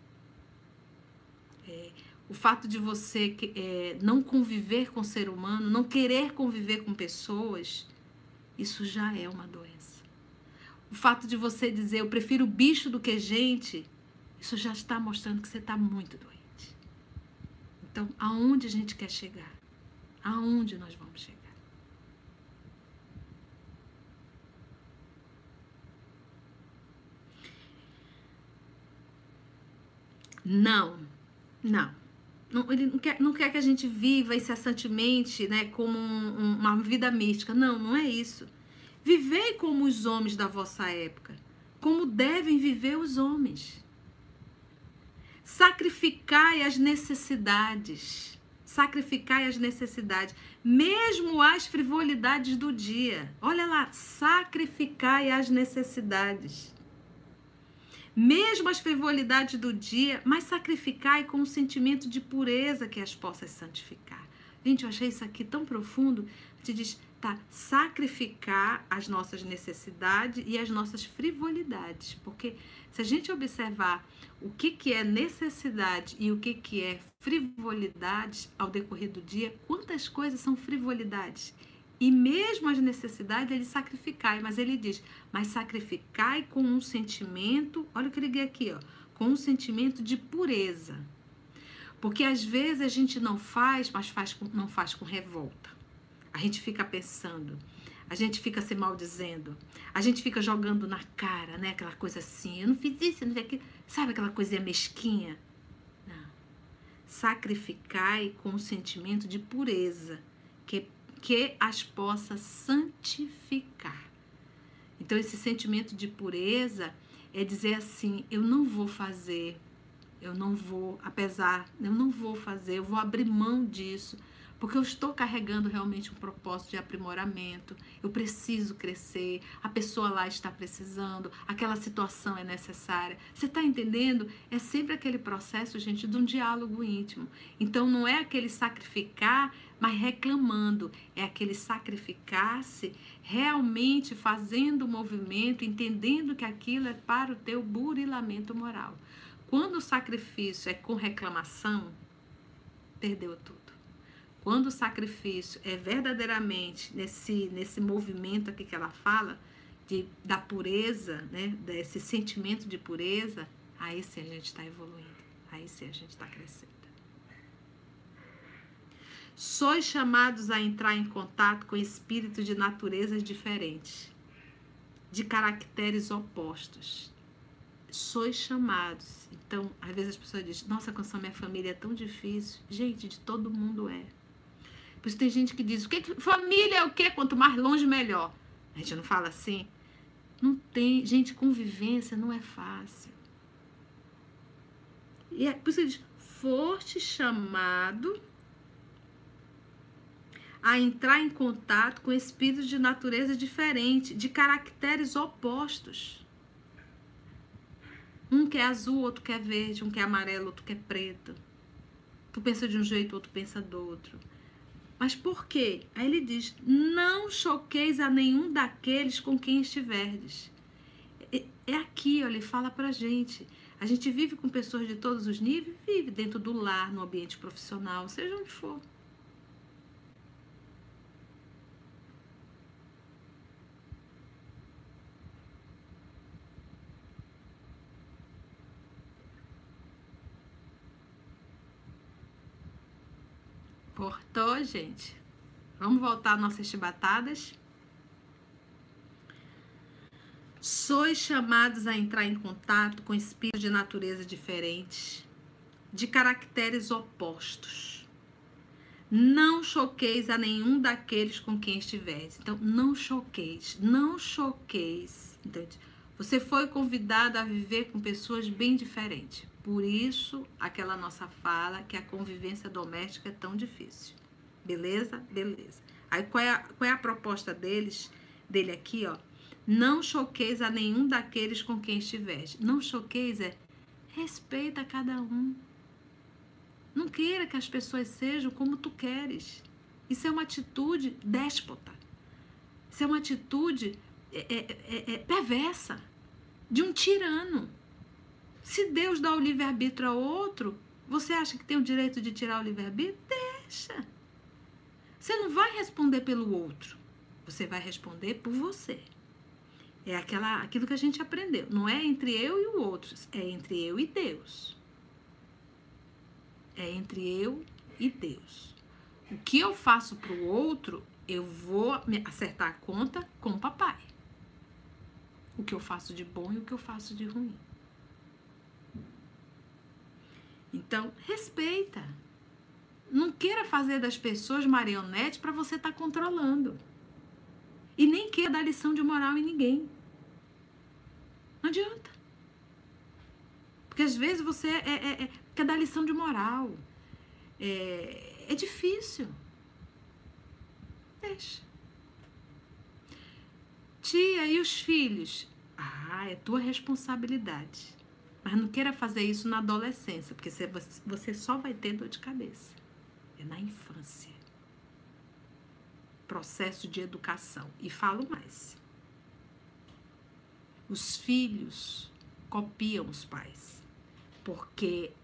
O fato de você não conviver com o ser humano, não querer conviver com pessoas, isso já é uma doença. O fato de você dizer, eu prefiro bicho do que gente, isso já está mostrando que você está muito doente. Então, aonde a gente quer chegar? Aonde nós vamos chegar? Não. Ele não quer que a gente viva incessantemente, né, como uma vida mística. Não é isso. Vivei como os homens da vossa época, como devem viver os homens. Sacrificai as necessidades. Sacrificai as necessidades, mesmo as frivolidades do dia. Olha lá, sacrificai as necessidades. Mesmo as frivolidades do dia, mas sacrificai com um sentimento de pureza que as possas santificar. Gente, eu achei isso aqui tão profundo. A gente diz, tá, sacrificar as nossas necessidades e as nossas frivolidades. Porque se a gente observar o que é necessidade e o que é frivolidade ao decorrer do dia, quantas coisas são frivolidades? E mesmo as necessidades, ele sacrificai, mas ele diz, mas sacrificai com um sentimento, olha o que ele diz aqui, ó, com um sentimento de pureza. Porque às vezes a gente não faz, mas não faz com revolta. A gente fica pensando, a gente fica se maldizendo, a gente fica jogando na cara, né? Aquela coisa assim, eu não fiz isso, eu não fiz aquilo. Sabe aquela coisinha mesquinha? Não. Sacrificai com um sentimento de pureza, que as possa santificar. Então, esse sentimento de pureza é dizer assim, eu não vou fazer, eu não vou fazer, eu vou abrir mão disso, Porque eu estou carregando realmente um propósito de aprimoramento, eu preciso crescer, a pessoa lá está precisando, aquela situação é necessária. Você está entendendo? É sempre aquele processo, gente, de um diálogo íntimo. Então não é aquele sacrificar, mas reclamando, é aquele sacrificar-se realmente fazendo o movimento, entendendo que aquilo é para o teu burilamento moral. Quando o sacrifício é com reclamação, perdeu tudo. Quando o sacrifício é verdadeiramente nesse movimento aqui que ela fala, da pureza, né, desse sentimento de pureza, aí sim a gente está evoluindo, aí sim a gente está crescendo. Sois chamados a entrar em contato com espíritos de naturezas diferentes, de caracteres opostos. Sois chamados. Então, às vezes as pessoas dizem, nossa, com essa minha família é tão difícil. Gente, de todo mundo é. Por isso tem gente que diz, família é o quê? Quanto mais longe, melhor. A gente não fala assim? Não tem. Gente, convivência não é fácil. E é por isso que diz, foste chamado a entrar em contato com espíritos de natureza diferente, de caracteres opostos. Um que é azul, outro que é verde, um que é amarelo, outro que é preto. Tu pensa de um jeito, outro pensa do outro. Mas por quê? Aí ele diz, não choqueis a nenhum daqueles com quem estiverdes. É aqui, ó, ele fala pra gente. A gente vive com pessoas de todos os níveis, vive dentro do lar, no ambiente profissional, seja onde for. Cortou, gente? Vamos voltar às nossas chibatadas? Sois chamados a entrar em contato com espíritos de natureza diferentes, de caracteres opostos. Não choqueis a nenhum daqueles com quem estiveres. Então, não choqueis, não choqueis. Entende? Você foi convidado a viver com pessoas bem diferentes. Por isso, aquela nossa fala que a convivência doméstica é tão difícil. Beleza? Beleza. Aí, qual é a proposta dele aqui, ó? Não choqueis a nenhum daqueles com quem estiveres. Não choqueis respeita cada um. Não queira que as pessoas sejam como tu queres. Isso é uma atitude déspota. Isso é uma atitude perversa, de um tirano. Se Deus dá o livre-arbítrio a outro, você acha que tem o direito de tirar o livre-arbítrio? Deixa. Você não vai responder pelo outro. Você vai responder por você. É aquilo que a gente aprendeu. Não é entre eu e o outro, é entre eu e Deus. É entre eu e Deus. O que eu faço para o outro, eu vou acertar a conta com o papai. O que eu faço de bom e o que eu faço de ruim. Então, respeita. Não queira fazer das pessoas marionete para você estar controlando. E nem queira dar lição de moral em ninguém. Não adianta. Porque às vezes você quer dar lição de moral. É difícil. Deixa. Tia, e os filhos? É tua responsabilidade. Mas não queira fazer isso na adolescência, porque você só vai ter dor de cabeça. É na infância. Processo de educação. E falo mais. Os filhos copiam os pais. Porque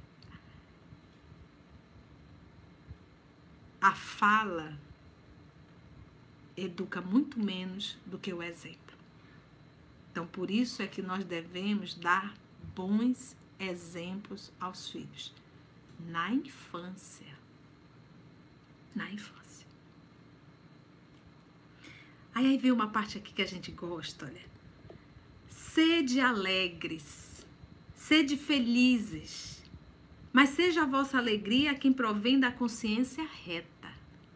a fala educa muito menos do que o exemplo. Então, por isso é que nós devemos dar bons exemplos aos filhos. Na infância. Na infância. Aí vem uma parte aqui que a gente gosta, olha. Sede alegres, sede felizes, mas seja a vossa alegria quem provém da consciência reta.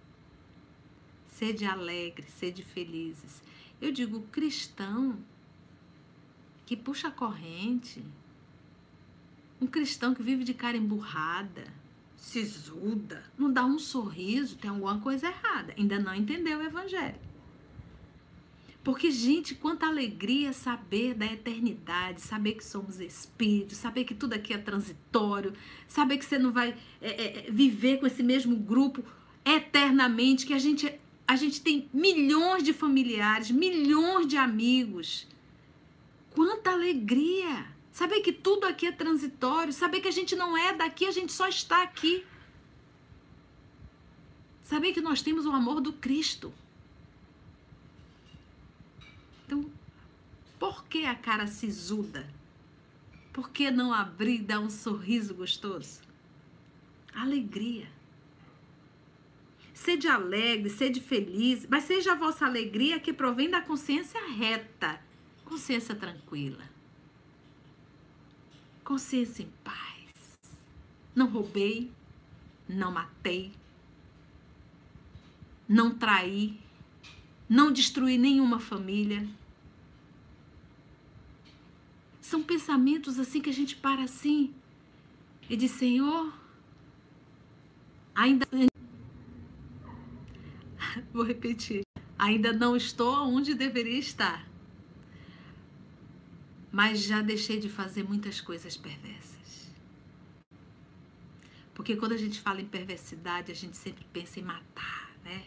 Sede alegres, sede felizes. Eu digo, cristão que puxa a corrente, um cristão que vive de cara emburrada, sisuda, não dá um sorriso, tem alguma coisa errada. Ainda não entendeu o evangelho. Porque, gente, quanta alegria saber da eternidade, saber que somos espíritos, saber que tudo aqui é transitório, saber que você não vai viver com esse mesmo grupo eternamente, que a gente tem milhões de familiares, milhões de amigos. Quanta alegria! Saber que tudo aqui é transitório, saber que a gente não é daqui, a gente só está aqui. Saber que nós temos o amor do Cristo. Então, por que a cara sisuda? Por que não abrir e dar um sorriso gostoso? Alegria. Sede alegre, sede feliz, mas seja a vossa alegria que provém da consciência reta, consciência tranquila. Consciência em paz. Não roubei, não matei, não traí, não destruí nenhuma família. São pensamentos assim que a gente para assim e diz, Senhor, ainda... Vou repetir. Ainda não estou onde deveria estar. Mas já deixei de fazer muitas coisas perversas. Porque quando a gente fala em perversidade, a gente sempre pensa em matar, né?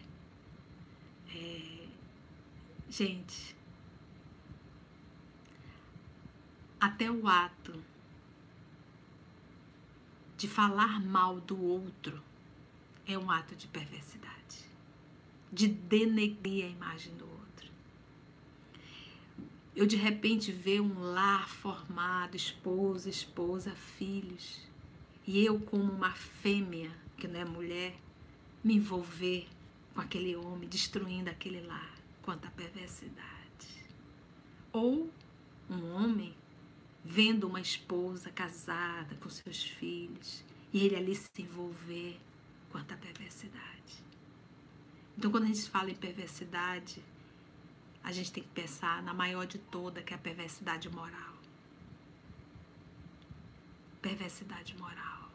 Gente, até o ato de falar mal do outro é um ato de perversidade, de denegrir a imagem do outro. Eu de repente ver um lar formado, esposa, filhos, e eu como uma fêmea, que não é mulher, me envolver com aquele homem, destruindo aquele lar. Quanta perversidade. Ou um homem vendo uma esposa casada com seus filhos e ele ali se envolver. Quanta perversidade. Então, quando a gente fala em perversidade, a gente tem que pensar na maior de toda, que é a perversidade moral. Perversidade moral.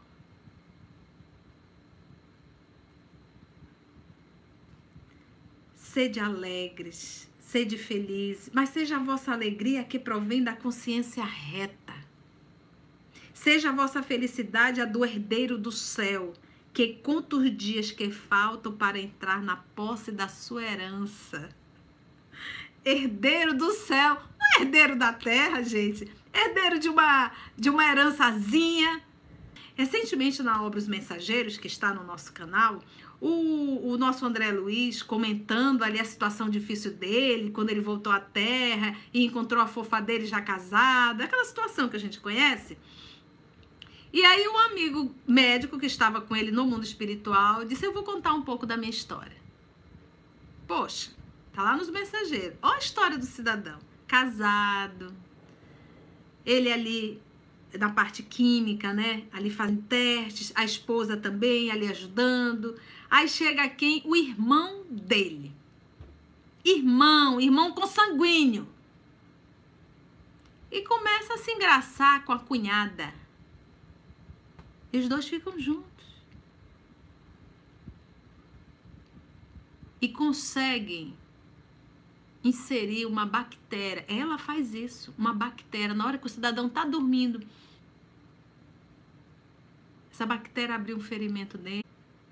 Sede alegres, sede felizes, mas seja a vossa alegria que provém da consciência reta. Seja a vossa felicidade a do herdeiro do céu, que conta os dias que faltam para entrar na posse da sua herança. Herdeiro do céu, não é herdeiro da terra, gente. Herdeiro de uma herançazinha. Recentemente, na obra Os Mensageiros, que está no nosso canal, o nosso André Luiz comentando ali a situação difícil dele, quando ele voltou à terra e encontrou a fofa dele já casada, aquela situação que a gente conhece. E aí um amigo médico que estava com ele no mundo espiritual disse, eu vou contar um pouco da minha história. Poxa, tá lá nos Mensageiros. Olha a história do cidadão. Casado, ele ali na parte química, né? Ali fazendo testes, a esposa também ali ajudando. Aí chega quem? O irmão dele. Irmão consanguíneo. E começa a se engraçar com a cunhada. E os dois ficam juntos. E conseguem inserir uma bactéria. Ela faz isso, uma bactéria. Na hora que o cidadão está dormindo, essa bactéria abriu um ferimento dele.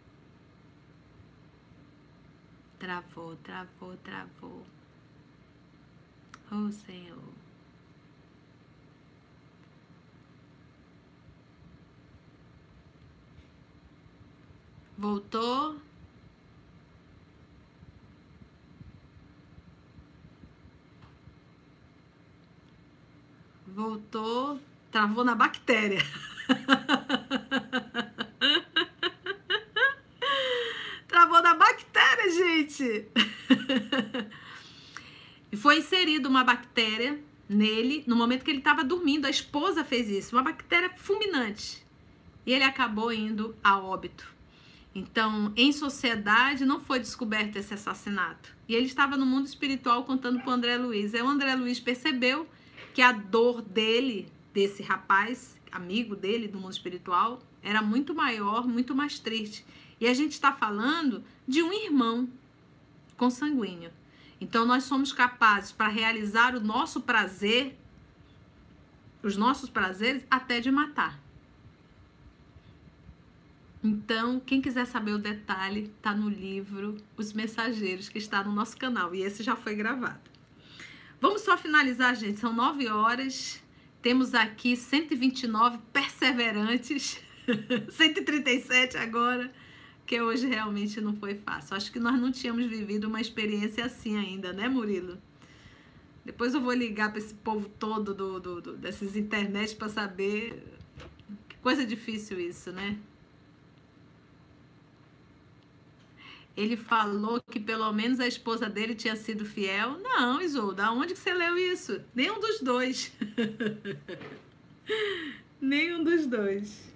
Travou. Oh, Senhor. Voltou. Voltou. Travou na bactéria. Travou na bactéria, gente. E foi inserida uma bactéria nele no momento que ele estava dormindo. A esposa fez isso, uma bactéria fulminante. E ele acabou indo a óbito. Então, em sociedade, não foi descoberto esse assassinato. E ele estava no mundo espiritual contando para o André Luiz. Aí o André Luiz percebeu que a dor dele, desse rapaz, amigo dele do mundo espiritual, era muito maior, muito mais triste. E a gente está falando de um irmão consanguíneo. Então, nós somos capazes para realizar o nosso prazer, os nossos prazeres, até de matar. Então, quem quiser saber o detalhe, tá no livro Os Mensageiros, que está no nosso canal. E esse já foi gravado. Vamos só finalizar, gente. São 9 horas. Temos aqui 129 perseverantes. 137 agora. Que hoje realmente não foi fácil. Acho que nós não tínhamos vivido uma experiência assim ainda, né, Murilo? Depois eu vou ligar para esse povo todo dessas internet para saber. Que coisa difícil isso, né? Ele falou que pelo menos a esposa dele tinha sido fiel. Não, Isolda, aonde que você leu isso? Nenhum dos dois. Nenhum dos dois.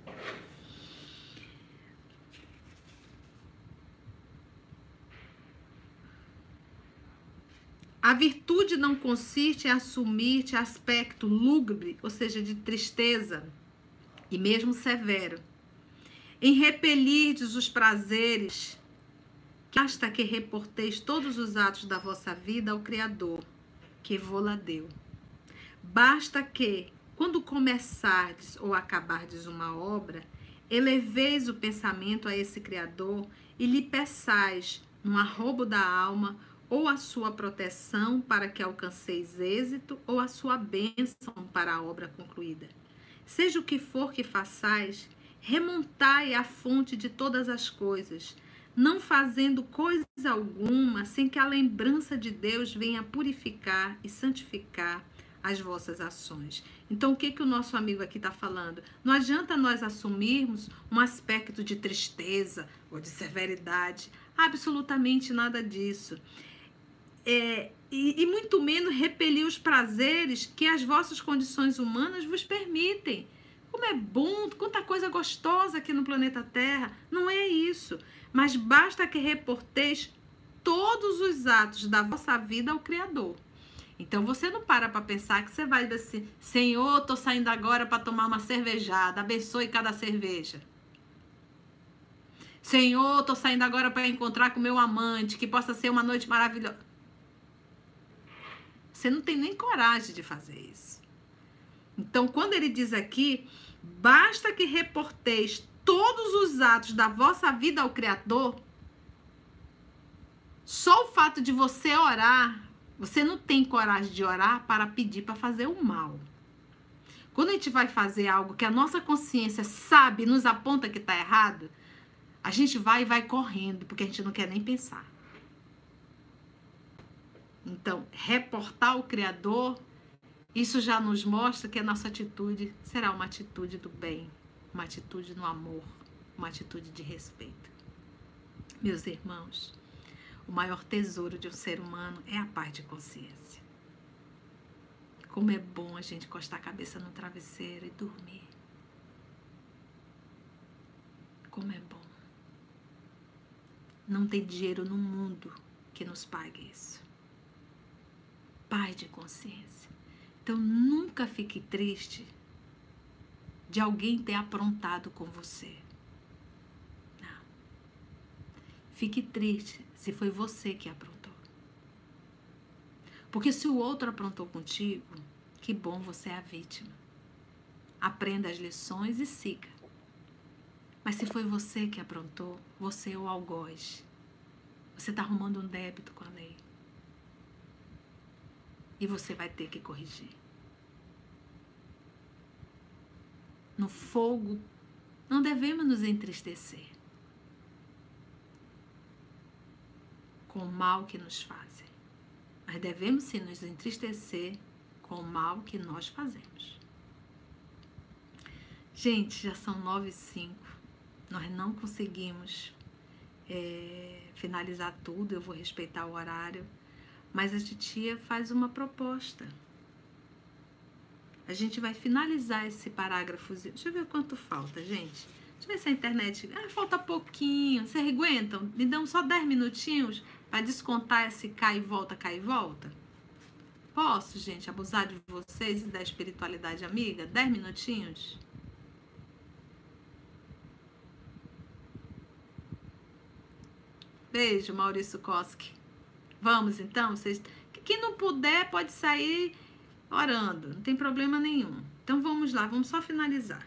A virtude não consiste em assumir-te aspecto lúgubre, ou seja, de tristeza, e mesmo severo, em repelirdes os prazeres, basta que reporteis todos os atos da vossa vida ao Criador, que vô-la deu. Basta que, quando começardes ou acabardes uma obra, eleveis o pensamento a esse Criador e lhe peçais, no arrobo da alma, ou a sua proteção para que alcanceis êxito, ou a sua bênção para a obra concluída. Seja o que for que façais, remontai à fonte de todas as coisas, não fazendo coisa alguma sem que a lembrança de Deus venha purificar e santificar as vossas ações. Então, o que o nosso amigo aqui está falando? Não adianta nós assumirmos um aspecto de tristeza ou de severidade, absolutamente nada disso. E muito menos repelir os prazeres que as vossas condições humanas vos permitem. Como é bom, quanta coisa gostosa aqui no planeta Terra. Não é isso. Mas basta que reporteis todos os atos da vossa vida ao Criador. Então você não para pensar que você vai dizer assim, Senhor, estou saindo agora para tomar uma cervejada, abençoe cada cerveja. Senhor, estou saindo agora para encontrar com meu amante, que possa ser uma noite maravilhosa. Você não tem nem coragem de fazer isso. Então, quando ele diz aqui, basta que reporteis todos os atos da vossa vida ao Criador, só o fato de você orar, você não tem coragem de orar para pedir para fazer o mal. Quando a gente vai fazer algo que a nossa consciência sabe, nos aponta que está errado, a gente vai e vai correndo, porque a gente não quer nem pensar. Então, reportar o Criador, isso já nos mostra que a nossa atitude será uma atitude do bem, uma atitude no amor, uma atitude de respeito. Meus irmãos, o maior tesouro de um ser humano é a paz de consciência. Como é bom a gente encostar a cabeça no travesseiro e dormir. Como é bom. Não tem dinheiro no mundo que nos pague isso. Paz de consciência. Então, nunca fique triste de alguém ter aprontado com você. Não. Fique triste se foi você que aprontou. Porque se o outro aprontou contigo, que bom, você é a vítima. Aprenda as lições e siga. Mas se foi você que aprontou, você é o algoz. Você está arrumando um débito com a lei. E você vai ter que corrigir. No fogo, não devemos nos entristecer com o mal que nos fazem. Mas devemos sim nos entristecer com o mal que nós fazemos. Gente, já são 9h05. Nós não conseguimos finalizar tudo. Eu vou respeitar o horário. Mas a titia faz uma proposta. A gente vai finalizar esse parágrafozinho. Deixa eu ver quanto falta, gente. Deixa eu ver se a internet... falta pouquinho. Vocês aguentam? Me dão só 10 minutinhos para descontar esse cai e volta, cai e volta? Posso, gente, abusar de vocês e da espiritualidade amiga? 10 minutinhos? Beijo, Maurício Koski. Vamos então? Quem não puder pode sair orando, não tem problema nenhum. Então vamos lá, vamos só finalizar.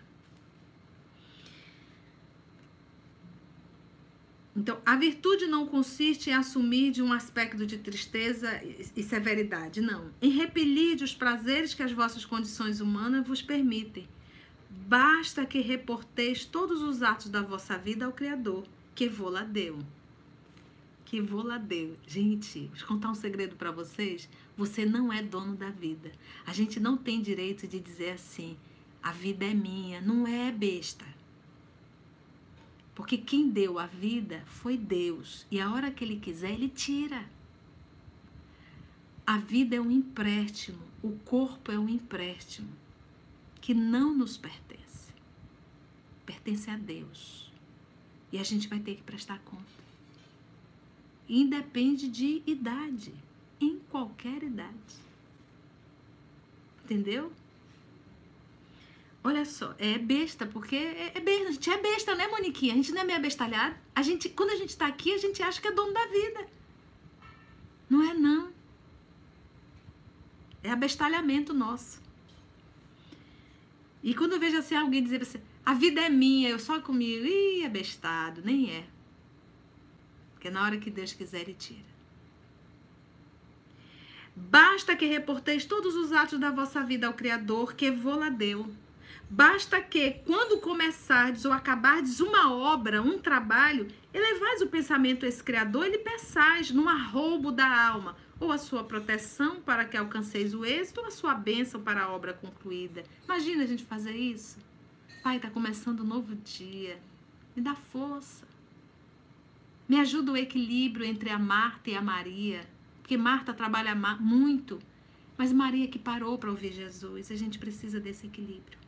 Então, a virtude não consiste em assumir de um aspecto de tristeza e severidade, não. Em repelir os prazeres que as vossas condições humanas vos permitem. Basta que reporteis todos os atos da vossa vida ao Criador, que vô-la deu. Que vô-la deu. Gente, vou contar um segredo para vocês. Você não é dono da vida. A gente não tem direito de dizer assim, a vida é minha. Não é, besta. Porque quem deu a vida foi Deus. E a hora que Ele quiser, Ele tira. A vida é um empréstimo. O corpo é um empréstimo. Que não nos pertence. Pertence a Deus. E a gente vai ter que prestar conta. Independe de idade. Em qualquer idade. Entendeu? Olha só, é besta, porque é besta. A gente é besta, né, Moniquinha? A gente não é meio abestalhado. Quando a gente tá aqui, a gente acha que é dono da vida. Não é, não. É abestalhamento nosso. E quando eu vejo assim, alguém dizer assim, a vida é minha, eu só comigo, abestado, nem é. Porque na hora que Deus quiser, Ele tira. Basta que reporteis todos os atos da vossa vida ao Criador, que vô-la deu. Basta que, quando começardes ou acabardes uma obra, um trabalho, elevais o pensamento a esse Criador e lhe peçais num arroubo da alma, ou a sua proteção para que alcanceis o êxito, ou a sua bênção para a obra concluída. Imagina a gente fazer isso. Pai, está começando um novo dia. Me dá força. Me ajuda o equilíbrio entre a Marta e a Maria. Porque Marta trabalha muito, mas Maria que parou para ouvir Jesus. A gente precisa desse equilíbrio.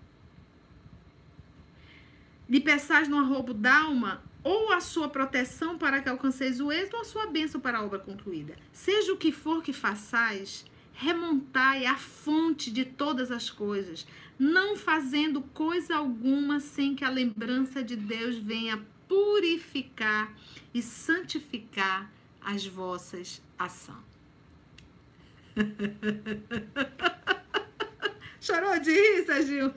Lhe peçais no arroubo da alma, ou a sua proteção para que alcanceis o êxito, ou a sua bênção para a obra concluída. Seja o que for que façais, remontai à fonte de todas as coisas, não fazendo coisa alguma sem que a lembrança de Deus venha purificar e santificar as vossas ações. Chorou de rir, Serginho?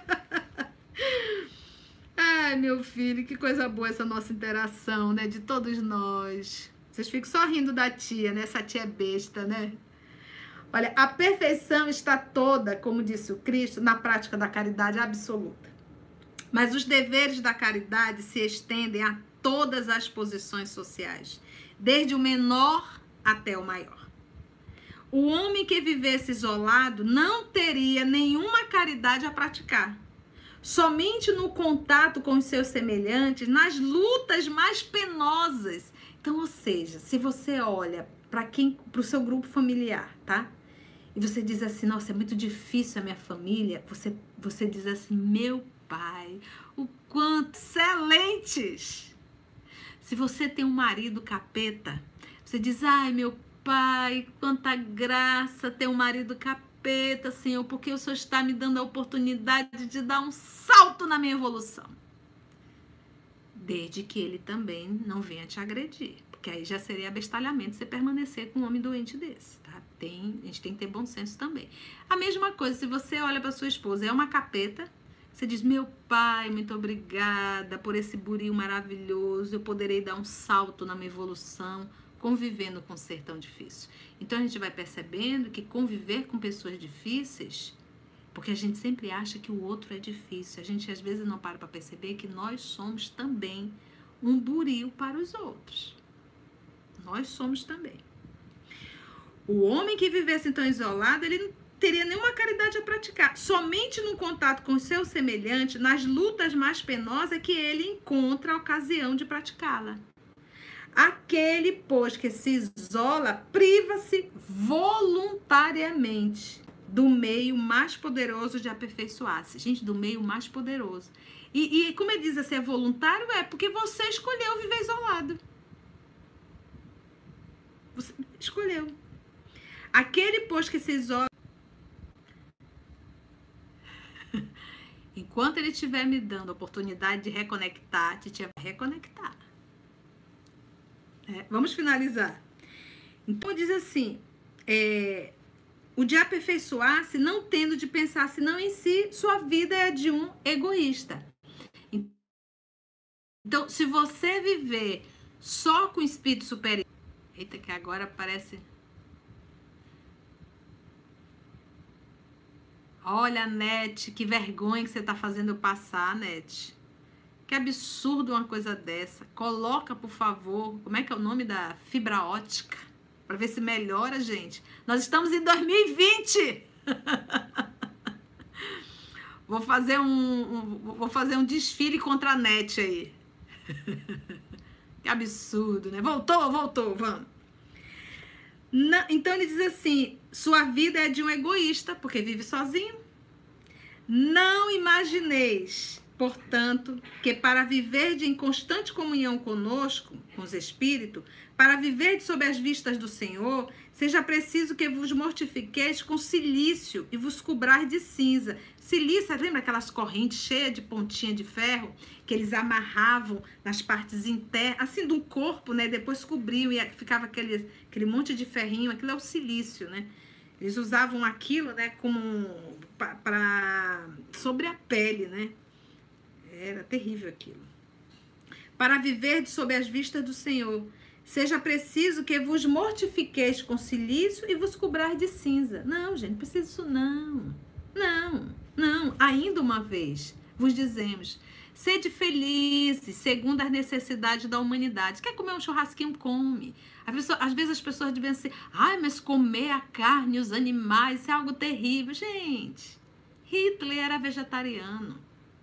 Ai, meu filho, que coisa boa essa nossa interação, né? De todos nós. Vocês ficam só rindo da tia, né? Essa tia é besta, né? Olha, a perfeição está toda, como disse o Cristo, na prática da caridade absoluta. Mas os deveres da caridade se estendem a todas as posições sociais, desde o menor até o maior. O homem que vivesse isolado não teria nenhuma caridade a praticar. Somente no contato com os seus semelhantes, nas lutas mais penosas. Então, ou seja, se você olha para o seu grupo familiar, tá? E você diz assim, nossa, é muito difícil a minha família. Você diz assim, meu pai, o quanto excelentes. Se você tem um marido capeta, você diz, ai, meu pai, quanta graça ter um marido capeta, Senhor, porque o Senhor está me dando a oportunidade de dar um salto na minha evolução. Desde que ele também não venha te agredir, porque aí já seria abestalhamento você permanecer com um homem doente desse, tá? A gente tem que ter bom senso também. A mesma coisa, se você olha para sua esposa, é uma capeta, você diz, meu pai, muito obrigada por esse burio maravilhoso, eu poderei dar um salto na minha evolução, convivendo com um ser tão difícil. Então a gente vai percebendo que conviver com pessoas difíceis, porque a gente sempre acha que o outro é difícil, a gente às vezes não para perceber que nós somos também um buril para os outros. Nós somos também. O homem que vivesse então isolado, ele não teria nenhuma caridade a praticar. Somente no contato com o seu semelhante, nas lutas mais penosas, é que ele encontra a ocasião de praticá-la. Aquele, pois, que se isola, priva-se voluntariamente do meio mais poderoso de aperfeiçoar-se. Gente, do meio mais poderoso. E como ele diz assim, é voluntário? É porque você escolheu viver isolado. Você escolheu. Aquele, pois, que se isola... Enquanto ele estiver me dando a oportunidade de reconectar, te vai reconectar. Vamos finalizar. Então diz assim, o de aperfeiçoar-se não tendo de pensar senão em si, sua vida é de um egoísta. Então, se você viver só com o espírito superior... Eita, que agora parece... Olha, Nete, que vergonha que você tá fazendo eu passar, Nete. Que absurdo uma coisa dessa. Coloca, por favor, como é que é o nome da fibra ótica? Para ver se melhora, gente. Nós estamos em 2020. Vou fazer um desfile contra a Nete aí. Que absurdo, né? Voltou, vamos. Não, então ele diz assim, sua vida é de um egoísta, porque vive sozinho. Não imagineis, portanto, que para viver em constante comunhão conosco, com os espíritos, para viver sob as vistas do Senhor, seja preciso que vos mortifiqueis com silício e vos cobrais de cinza. Silício, lembra aquelas correntes cheias de pontinha de ferro que eles amarravam nas partes internas, assim, do corpo, né? Depois cobriam e ficava aquele monte de ferrinho. Aquilo é o silício, né? Eles usavam aquilo, né, como sobre a pele, né? Era terrível aquilo. Para viver sob as vistas do Senhor, seja preciso que vos mortifiqueis com silício e vos cobrais de cinza. Não, gente, não precisa disso não. Não. Ainda uma vez, vos dizemos, sede felizes, segundo as necessidades da humanidade. Quer comer um churrasquinho? Come. Às vezes as pessoas dizem assim, mas comer a carne, os animais, isso é algo terrível. Gente, Hitler era vegetariano.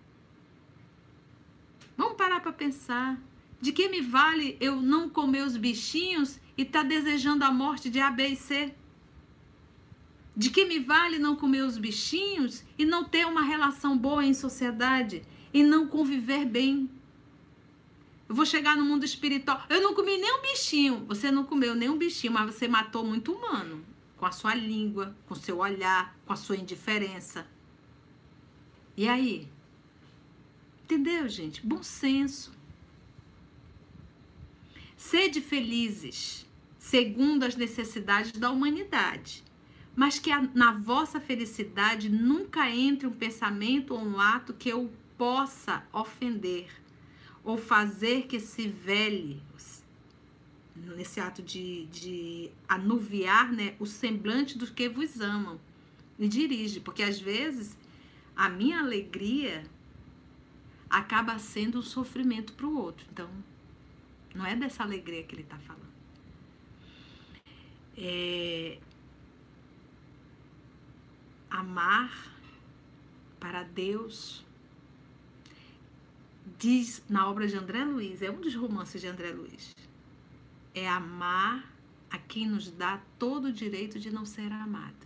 Vamos parar para pensar. De que me vale eu não comer os bichinhos e estar desejando a morte de A, B e C? De que me vale não comer os bichinhos e não ter uma relação boa em sociedade e não conviver bem? Eu vou chegar no mundo espiritual, eu não comi nem um bichinho. Você não comeu nem um bichinho, mas você matou muito humano. Com a sua língua, com o seu olhar, com a sua indiferença. E aí? Entendeu, gente? Bom senso. Sede felizes, segundo as necessidades da humanidade, mas que na vossa felicidade nunca entre um pensamento ou um ato que eu possa ofender, ou fazer que se vele, nesse ato de anuviar, né, o semblante dos que vos amam e dirige, porque às vezes a minha alegria acaba sendo um sofrimento para o outro. Então, não é dessa alegria que ele está falando. Amar para Deus, diz na obra de André Luiz, é um dos romances de André Luiz, é amar a quem nos dá todo o direito de não ser amada.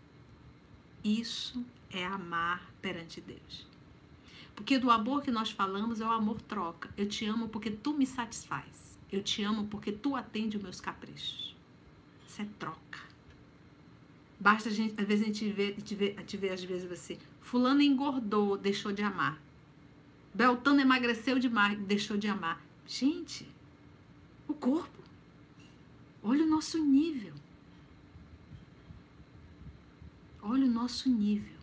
Isso é amar perante Deus. Porque do amor que nós falamos é o amor troca. Eu te amo porque tu me satisfaz. Eu te amo porque tu atende os meus caprichos. Isso é troca. Basta a gente, às vezes a gente vê às vezes assim, fulano engordou, deixou de amar. Beltano emagreceu demais, deixou de amar. Gente, o corpo. Olha o nosso nível. Olha o nosso nível.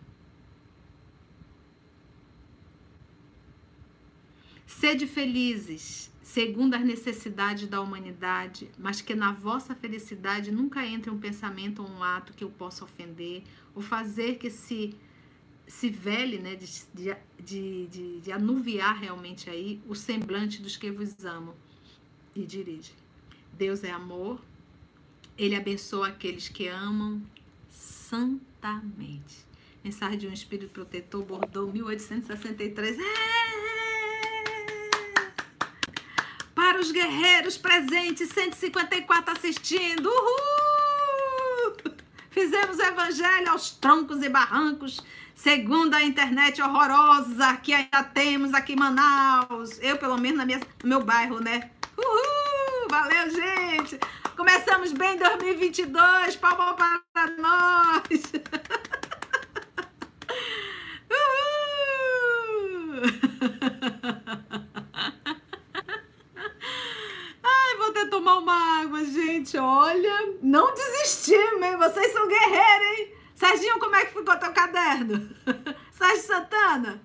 Sede felizes, segundo as necessidades da humanidade, mas que na vossa felicidade nunca entre um pensamento ou um ato que eu possa ofender, ou fazer que se vele, né, de anuviar realmente aí o semblante dos que vos amam e dirigem. Deus é amor, Ele abençoa aqueles que amam santamente. Mensagem de um Espírito Protetor, Bordeaux, 1863. Para os guerreiros presentes, 154 assistindo. Uhul! Fizemos o evangelho aos troncos e barrancos, segundo a internet horrorosa que ainda temos aqui em Manaus. Eu, pelo menos, no meu bairro, né? Uhul! Valeu, gente! Começamos bem 2022. Palma para nós! Uhul! Ai, vou até tomar uma inferno. Sérgio Santana.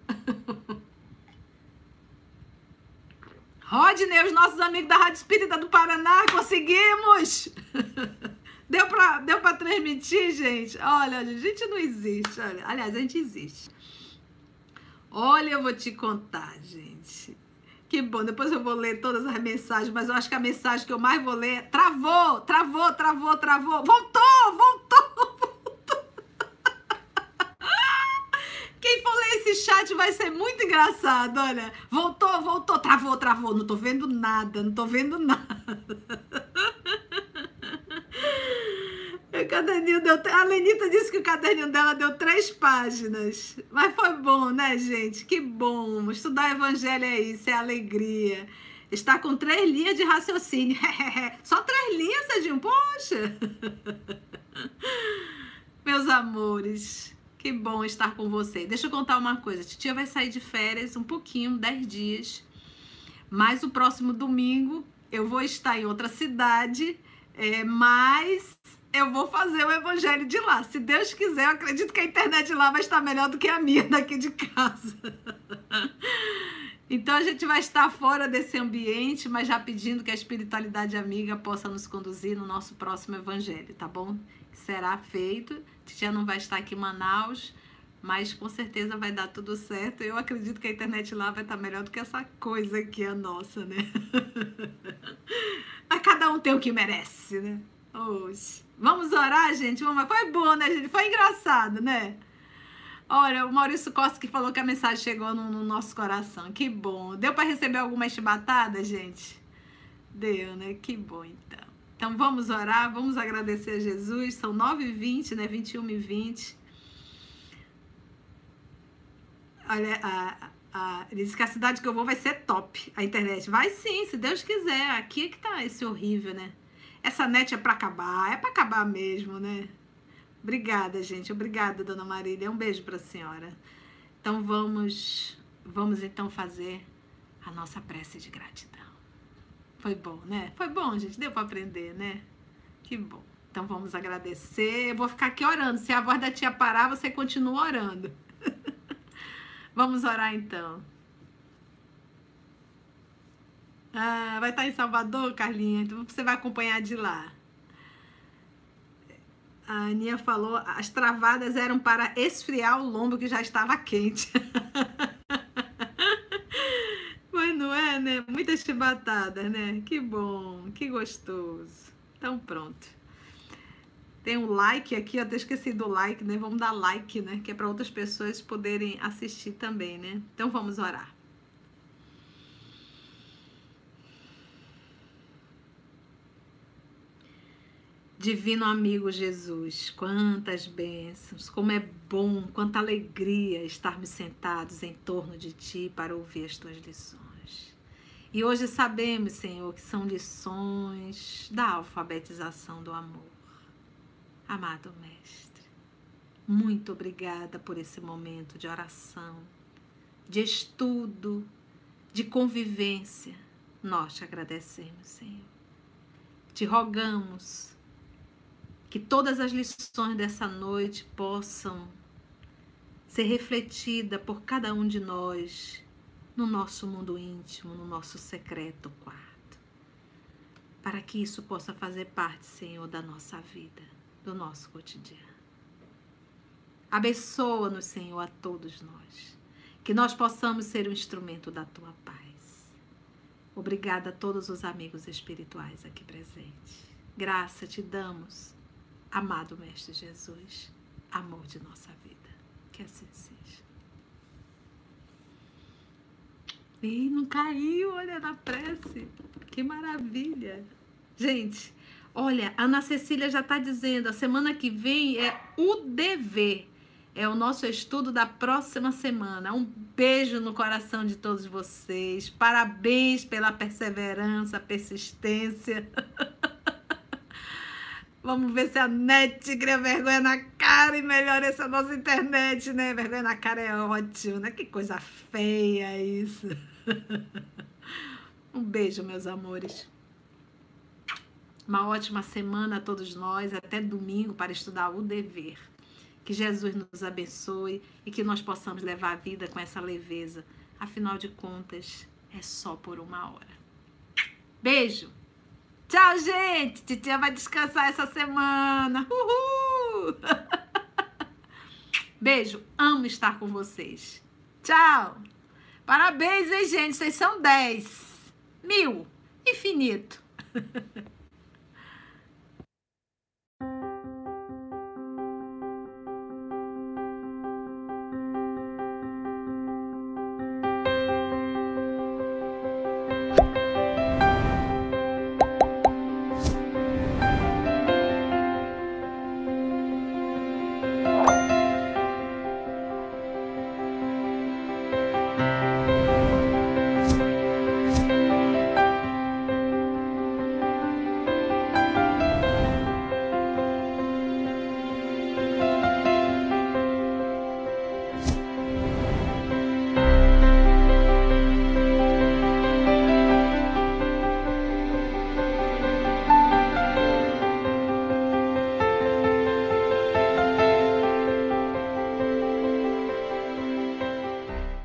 Rodney, os nossos amigos da Rádio Espírita do Paraná, conseguimos! Deu pra transmitir, gente? Olha, a gente não existe. Olha. Aliás, a gente existe. Olha, eu vou te contar, gente. Que bom, depois eu vou ler todas as mensagens, mas eu acho que a mensagem que eu mais vou ler... Travou! Voltou! Quem for ler esse chat vai ser muito engraçado, olha. Voltou, travou. Não tô vendo nada. O caderninho deu... A Lenita disse que o caderninho dela deu 3 páginas. Mas foi bom, né, gente? Que bom. Estudar evangelho é isso, é alegria. Está com 3 linhas de raciocínio. Só 3 linhas, Serginho? Poxa! Meus amores, que bom estar com você. Deixa eu contar uma coisa. Titia vai sair de férias um pouquinho, 10 dias. Mas o próximo domingo eu vou estar em outra cidade, mas eu vou fazer o evangelho de lá. Se Deus quiser, eu acredito que a internet de lá vai estar melhor do que a minha daqui de casa. Então a gente vai estar fora desse ambiente, mas já pedindo que a espiritualidade amiga possa nos conduzir no nosso próximo evangelho, tá bom? Será feito. Titia não vai estar aqui em Manaus, mas com certeza vai dar tudo certo. Eu acredito que a internet lá vai estar melhor do que essa coisa aqui, a nossa, né? Mas cada um tem o que merece, né? Oxe. Vamos orar, gente? Foi bom, né, gente? Foi engraçado, né? Olha, o Maurício Costa que falou que a mensagem chegou no nosso coração. Que bom. Deu para receber alguma chibatada, gente? Deu, né? Que bom, então. Então vamos orar, vamos agradecer a Jesus. São 9h20, né? 21h20. Olha, ele disse que a cidade que eu vou vai ser top, a internet. Vai sim, se Deus quiser. Aqui é que tá esse horrível, né? Essa net é pra acabar mesmo, né? Obrigada, gente. Obrigada, dona Marília. Um beijo pra senhora. Então vamos então fazer a nossa prece de gratidão. Foi bom, né? Foi bom, gente. Deu pra aprender, né? Que bom. Então vamos agradecer. Eu vou ficar aqui orando. Se a voz da tia parar, você continua orando. Vamos orar então. Vai estar em Salvador, Carlinha? Então você vai acompanhar de lá. A Aninha falou, as travadas eram para esfriar o lombo que já estava quente. Mas não é, né? Muitas chibatadas, né? Que bom, que gostoso. Então pronto. Tem um like aqui, eu até esqueci do like, né? Vamos dar like, né? Que é para outras pessoas poderem assistir também, né? Então vamos orar. Divino amigo Jesus, quantas bênçãos, como é bom, quanta alegria estarmos sentados em torno de Ti para ouvir as Tuas lições. E hoje sabemos, Senhor, que são lições da alfabetização do amor. Amado Mestre, muito obrigada por esse momento de oração, de estudo, de convivência. Nós te agradecemos, Senhor. Te rogamos que todas as lições dessa noite possam ser refletidas por cada um de nós no nosso mundo íntimo, no nosso secreto quarto, para que isso possa fazer parte, Senhor, da nossa vida, do nosso cotidiano. Abençoa-nos, Senhor, a todos nós, que nós possamos ser um instrumento da Tua paz. Obrigada a todos os amigos espirituais aqui presentes. Graça te damos, amado Mestre Jesus, amor de nossa vida. Que assim seja. Ih, não caiu, olha, na prece. Que maravilha. Gente, olha, a Ana Cecília já está dizendo, a semana que vem é o dever. É o nosso estudo da próxima semana. Um beijo no coração de todos vocês. Parabéns pela perseverança, persistência. Vamos ver se a NET cria vergonha na cara e melhora essa nossa internet, né? Vergonha na cara é ótimo, né? Que coisa feia isso. Um beijo, meus amores. Uma ótima semana a todos nós. Até domingo para estudar o dever. Que Jesus nos abençoe e que nós possamos levar a vida com essa leveza. Afinal de contas, é só por uma hora. Beijo! Tchau, gente! Titia vai descansar essa semana. Uhul! Beijo! Amo estar com vocês. Tchau! Parabéns, hein, gente? Vocês são 10. 1000. Infinito.